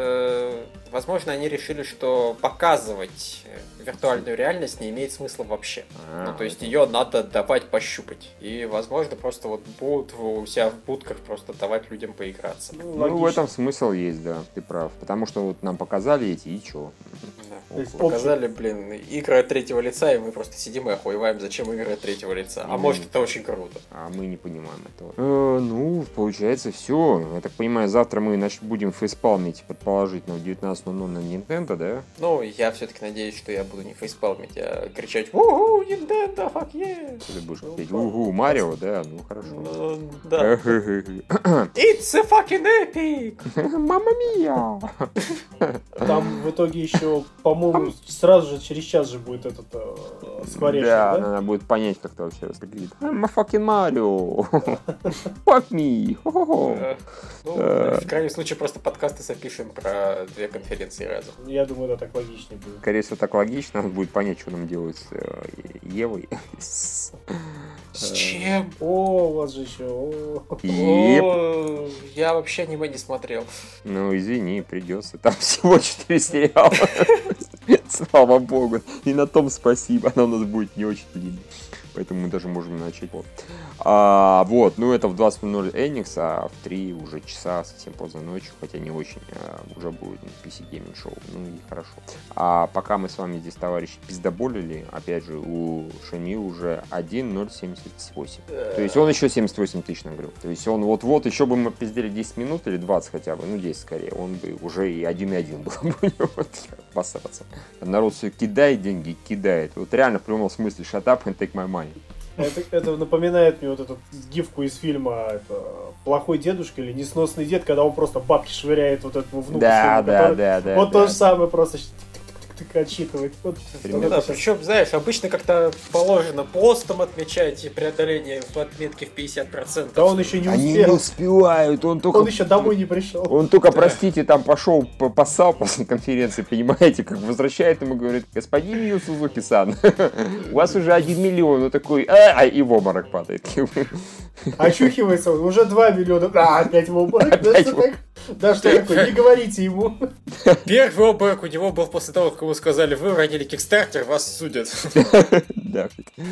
э, возможно, они решили, что показывать виртуальную реальность не имеет смысла вообще. А, ну, то есть ее надо давать пощупать. И, возможно, просто вот будут у себя в будках просто давать людям поиграться. Ну, ну в этом смысл есть, да, ты прав. Потому что вот нам показали эти, и чё? Да. Показали, блин, игры от третьего лица, и мы просто сидим и охуеваем, зачем игры от третьего лица. А mm. может, это очень круто. А мы не понимаем этого. Э, ну, получается, все. Я так понимаю, завтра мы значит, будем фейспалмить, предположительно, в девятнадцать ноль ноль на Nintendo, да? Ну, я все-таки надеюсь, что я буду не фейспалмить, а кричать «Угу, Nintendo, fuck yeah!» Ты будешь петь «Угу, Марио», да? Ну, хорошо. Ну, да. It's a fucking epic! Мамма мия! Там в итоге еще, по-моему, сразу же через час же будет этот э, скворечник, да? Да, надо будет понять, как это вообще выглядит. I'm a fucking Mario! Fuck me! В крайнем случае просто подкасты запишем про две конференции разом. Я думаю, да, так логичнее будет. Скорее всего, так логично, надо будет понять, что нам делать с Евой. С чем? О, у вас же еще. О, я вообще аниме не смотрел. Ну, извини, придется. Там всего четыре сериала. Слава богу. И на том спасибо. Она у нас будет не очень длинной. Поэтому мы даже можем начать. Вот. А, вот, ну это в двадцать ноль ноль Enix, а в три уже часа, совсем поздно ночью, хотя не очень, а, уже будет пи си Gaming Show. Ну и хорошо. А пока мы с вами здесь, товарищи, пиздоболили, опять же, у Шами уже один ноль семьдесят восемь. То есть он еще семьдесят восемь тысяч нагрел. То есть он вот-вот, еще бы мы пиздели десять минут или двадцать хотя бы, ну десять скорее, он бы уже и один и один был бы посраться. Народ все кидает деньги, кидает. Вот реально в прямом смысле shut up and take my money. Это, это напоминает мне вот эту гифку из фильма это, «Плохой дедушка» или «Несносный дед», когда он просто бабки швыряет вот этому внуку. Да, своему, да, который, да, да. вот да. то же самое, просто тык-тык-тык отсчитывает. Вот, ну, да, сейчас... Причем, знаешь, обычно как-то положено постом отмечать попреодоление в отметке в пятьдесят процентов. Да он еще не успел. Они не успевают, он только... Он еще домой не пришел. Он только, простите, там пошел, поссал после конференции, понимаете, как возвращает ему, говорит: господин Ю Сузуки-сан, у вас уже один миллион. Он такой, а, и в обморок падает. Очухивается он, уже два миллиона. А, опять в обморок. Да что, так... да что такое, не говорите ему. Первый обморок у него был после того, как ему сказали: вы уронили кикстартер, вас судят. Да.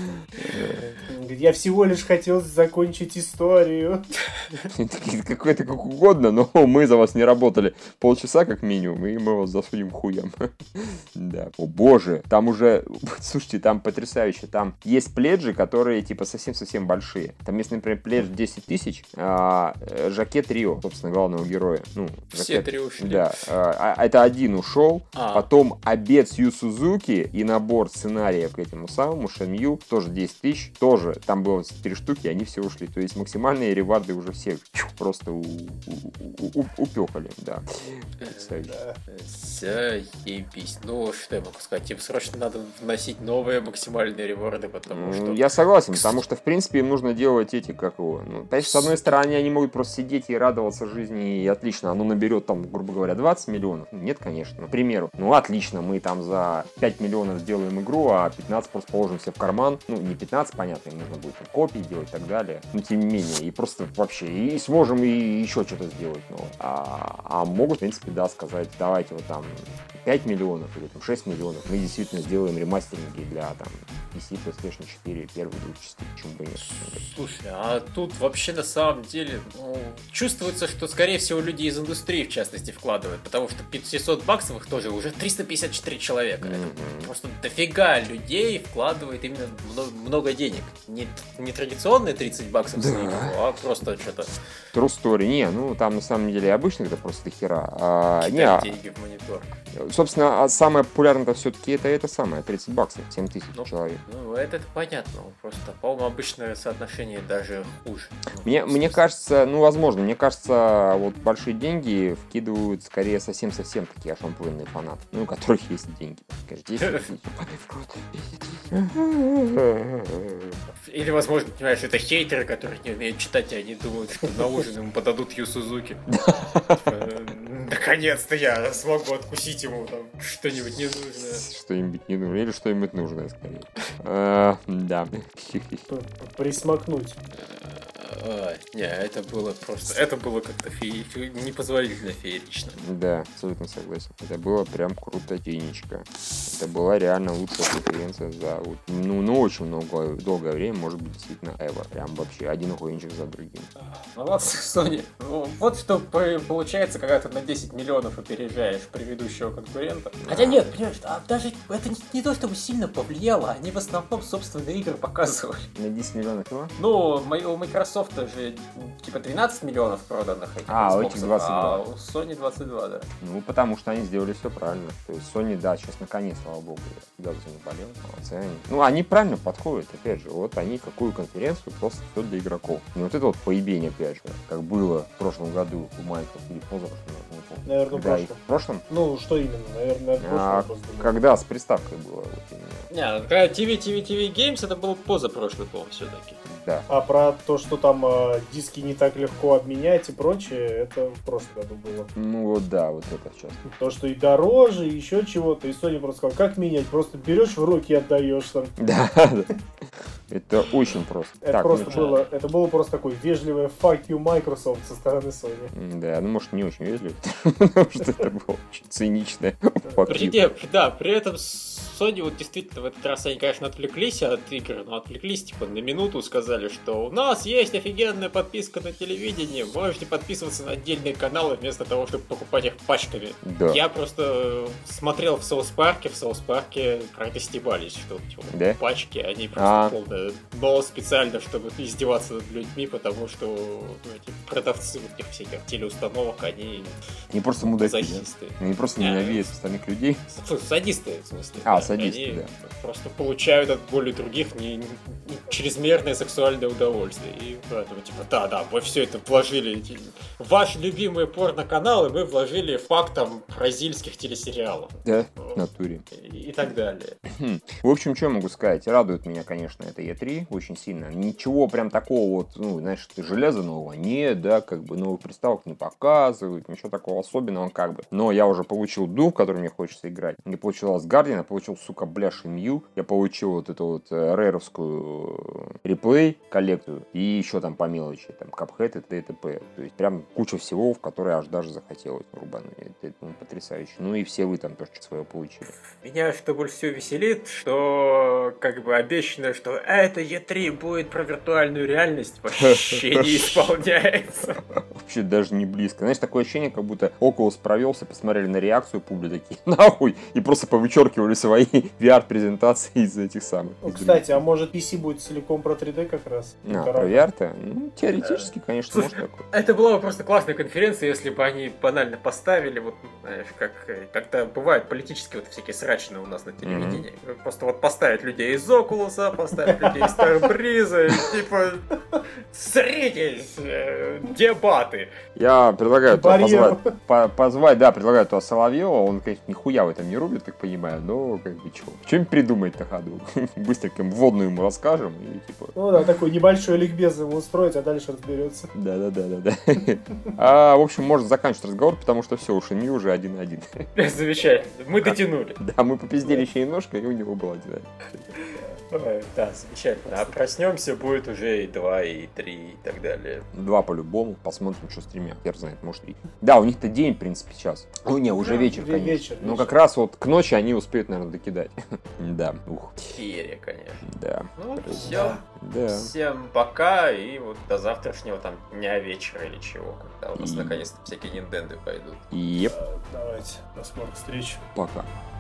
Я всего лишь хотел закончить историю. Какой-то как угодно, но мы за вас не работали полчаса как минимум, и мы вас засудим хуем. Да. О боже, там уже, слушайте, там потрясающе. Там есть пледжи, которые типа совсем-совсем большие. Там есть, например, пледж десять тысяч, а, жакет Рио, собственно, главного героя. Ну, все три ушли. Да. А, это один ушел, а. Потом обед с Ю Сузуки и набор сценариев к этому самому Шенмью, тоже десять тысяч, тоже там было три штуки, они все ушли. То есть максимальные реварды уже все просто у, у, у, упекали, да. Да. Заебись. Ну, что я могу сказать, им срочно надо вносить новые максимальные реварды, потому что... Я согласен, потому что, в принципе, им нужно делать эти, как его... Ну, конечно, с одной стороны, они могут просто сидеть и радоваться жизни, и отлично, оно наберет там, грубо говоря, двадцать миллионов. Нет, конечно, к примеру. Ну, отлично, мы там за пять миллионов сделаем игру, а пятнадцать просто положим себе в карман. Ну, не пятнадцать, понятно, им нужно будет копии делать и так далее. Но, тем не менее, и просто вообще, и сможем и еще что-то сделать. Ну, а, а могут, в принципе, да, сказать, давайте вот там пять миллионов или там шесть миллионов, мы действительно сделаем ремастеринги для там пи си, PlayStation четыре, первые двух частей, почему бы нет. Слушай, а тут вообще на самом деле, ну, чувствуется, что, скорее всего, люди из индустрии, в частности, вкладывают, потому что пятьсот баксов их тоже уже триста пятьдесят четыре человека. Mm-hmm. Это просто дофига людей вкладывает именно много, много денег. Не, не традиционные тридцать баксов да. с них, а просто что-то... True story. Не, ну там на самом деле обычно это просто дохера. А, не, деньги в монитор. Собственно, самое популярное все-таки это, это самое, тридцать баксов, семь тысяч ну, человек. Ну, это, это понятно. Просто, по-моему, обычное соотношение даже хуже. Мне, мне кажется, ну, возможно, мне кажется, вот большие деньги вкидывают скорее совсем-совсем такие ошамплыванные фанаты, ну, у которых есть деньги. Или, возможно, понимаешь, это хейтеры, которые не умеют читать, и они думают, что на ужин ему подадут Ю Сузуки. Наконец-то я смогу откусить ему там что-нибудь ненужное. Что-нибудь ненужное или что-нибудь нужное, скорее. А, да. Присмакнуть. А, не, это было просто... Это было как-то фе... непозволительно феерично. Да, абсолютно согласен. Это было прям круто денечко. Это была реально лучшая конференция за вот, ну, ну, очень много, долгое время, может быть, действительно, ever. Прям вообще один охуенчик за другим. Ну вот, Sony, ну, вот что получается, когда ты на десять миллионов опережаешь предыдущего конкурента. А. Хотя нет, понимаешь, а даже это не, не то, чтобы сильно повлияло, они в основном собственные игры показывали. На десять миллионов чего? Ну, у Microsoft же типа двенадцать миллионов проданных этих а, у этих двадцать два. А у Sony двадцать два, да. Ну, потому что они сделали все правильно. То есть Sony, да, сейчас наконец, слава богу, я всегда за не болел, молодцы они. Ну, они правильно подходят, опять же. Вот они какую конференцию просто все для игроков. Не вот это вот поебение, опять же, как было в прошлом году у Microsoft или в позапрошлом, не помню. Наверное, когда в прошлом. В прошлом? Ну, что именно? Наверное, в прошлом. А, когда с приставкой было вот именно. Не, когда ти ви, ти ви, ти ви Games, это было позапрошлый, по-моему, все-таки. Да. А про то, что там э, диски не так легко обменять и прочее, это в прошлом году было. Ну вот да, вот это сейчас. То, что и дороже, и еще чего-то. И Sony просто сказал, как менять? Просто берешь в руки и отдаешь там. Да, да. Это очень просто. Это так, просто ну, было, это было просто такое вежливое fuck you Microsoft со стороны Sony. Да, ну может не очень вежливо, потому что это было очень циничное Попив. При, да, при этом Sony вот действительно в этот раз они, конечно, отвлеклись от игр, но отвлеклись типа на минуту, сказали, что у нас есть офигенная подписка на телевидении, можете подписываться на отдельные каналы вместо того, чтобы покупать их пачками. Да. Я просто смотрел в Соус Парке, в Соус Парке как-то стебались, что типа, да? Пачки, они просто а. полное, но специально, чтобы издеваться над людьми, потому что эти продавцы вот этих всяких телеустановок, они не просто мудаки, садисты. Да? Они просто ненавидят остальных людей. Фу, садисты, в смысле. А, да. садисты, они да. просто получают от боли других не, не, чрезмерное сексуальное удовольствие. И поэтому, типа, да-да, мы все это вложили. Эти, ваши любимые порно-каналы мы вложили фактом бразильских телесериалов. Да, в натуре. И, и так далее. В общем, что я могу сказать? Радует меня, конечно, это и три очень сильно. Ничего прям такого вот, ну, знаешь, железа нового нет, да, как бы новых приставок не показывают, ничего такого особенного, как бы. Но я уже получил Doom, в который мне хочется играть. Я получил Asgardian, я получил, сука, бляши Мью, я получил вот эту вот рейровскую реплей коллекцию и еще там по мелочи, там, Cuphead и т.д. То есть прям куча всего, в которой аж даже захотелось рубануть. Это, это потрясающе. Ну и все вы там тоже свое получили. Меня что больше всего веселит, что как бы обещано, что это и три будет про виртуальную реальность, вообще не исполняется. Вообще даже не близко. Знаешь, такое ощущение, как будто Oculus провелся, посмотрели на реакцию публики, такие, нахуй, и просто повычеркивали свои ви ар-презентации из этих самых. Ну, кстати, а может пи си будет целиком про три дэ как раз? А, про ви ар-то? Ну, теоретически, конечно, Слушай, может такое. Это была бы просто классная конференция, если бы они банально поставили, вот, знаешь, как когда бывают политические вот всякие срачные у нас на телевидении. Mm-hmm. Просто вот поставить людей из Oculus, поставить людей из Starbreeze, типа, сритесь, дебаты. Я предлагаю позвать, по, позвать, да, предлагаю туда Соловьева, он, конечно, нихуя в этом не рубит, так понимаю, но как бы что, что-нибудь придумать на ходу. Быстренько вводную ему расскажем и типа... Ну да, такой небольшой ликбез ему устроить, а дальше разберется. Да-да-да-да-да. А, в общем, можно заканчивать разговор, потому что все, уж Мью уже один на один. Замечательно, мы дотянули. Да, мы попиздели еще немножко, и у него было один. Ой, да, замечательно. А проснемся, будет уже и два, и три, и так далее. Два по-любому. Посмотрим, что с тремя. Хер знает, может и... Да, у них-то день, в принципе, сейчас. Ну, не, уже вечер, конечно. Вечер, Но как раз вот к ночи они успеют, наверное, докидать. Да, ух. Феерия, конечно. Да. Ну, все. Да. Всем пока, и вот до завтрашнего там дня, вечера или чего, когда у нас наконец-то всякие Nintendo пойдут. Еп. Давайте, до скорых встреч. Пока.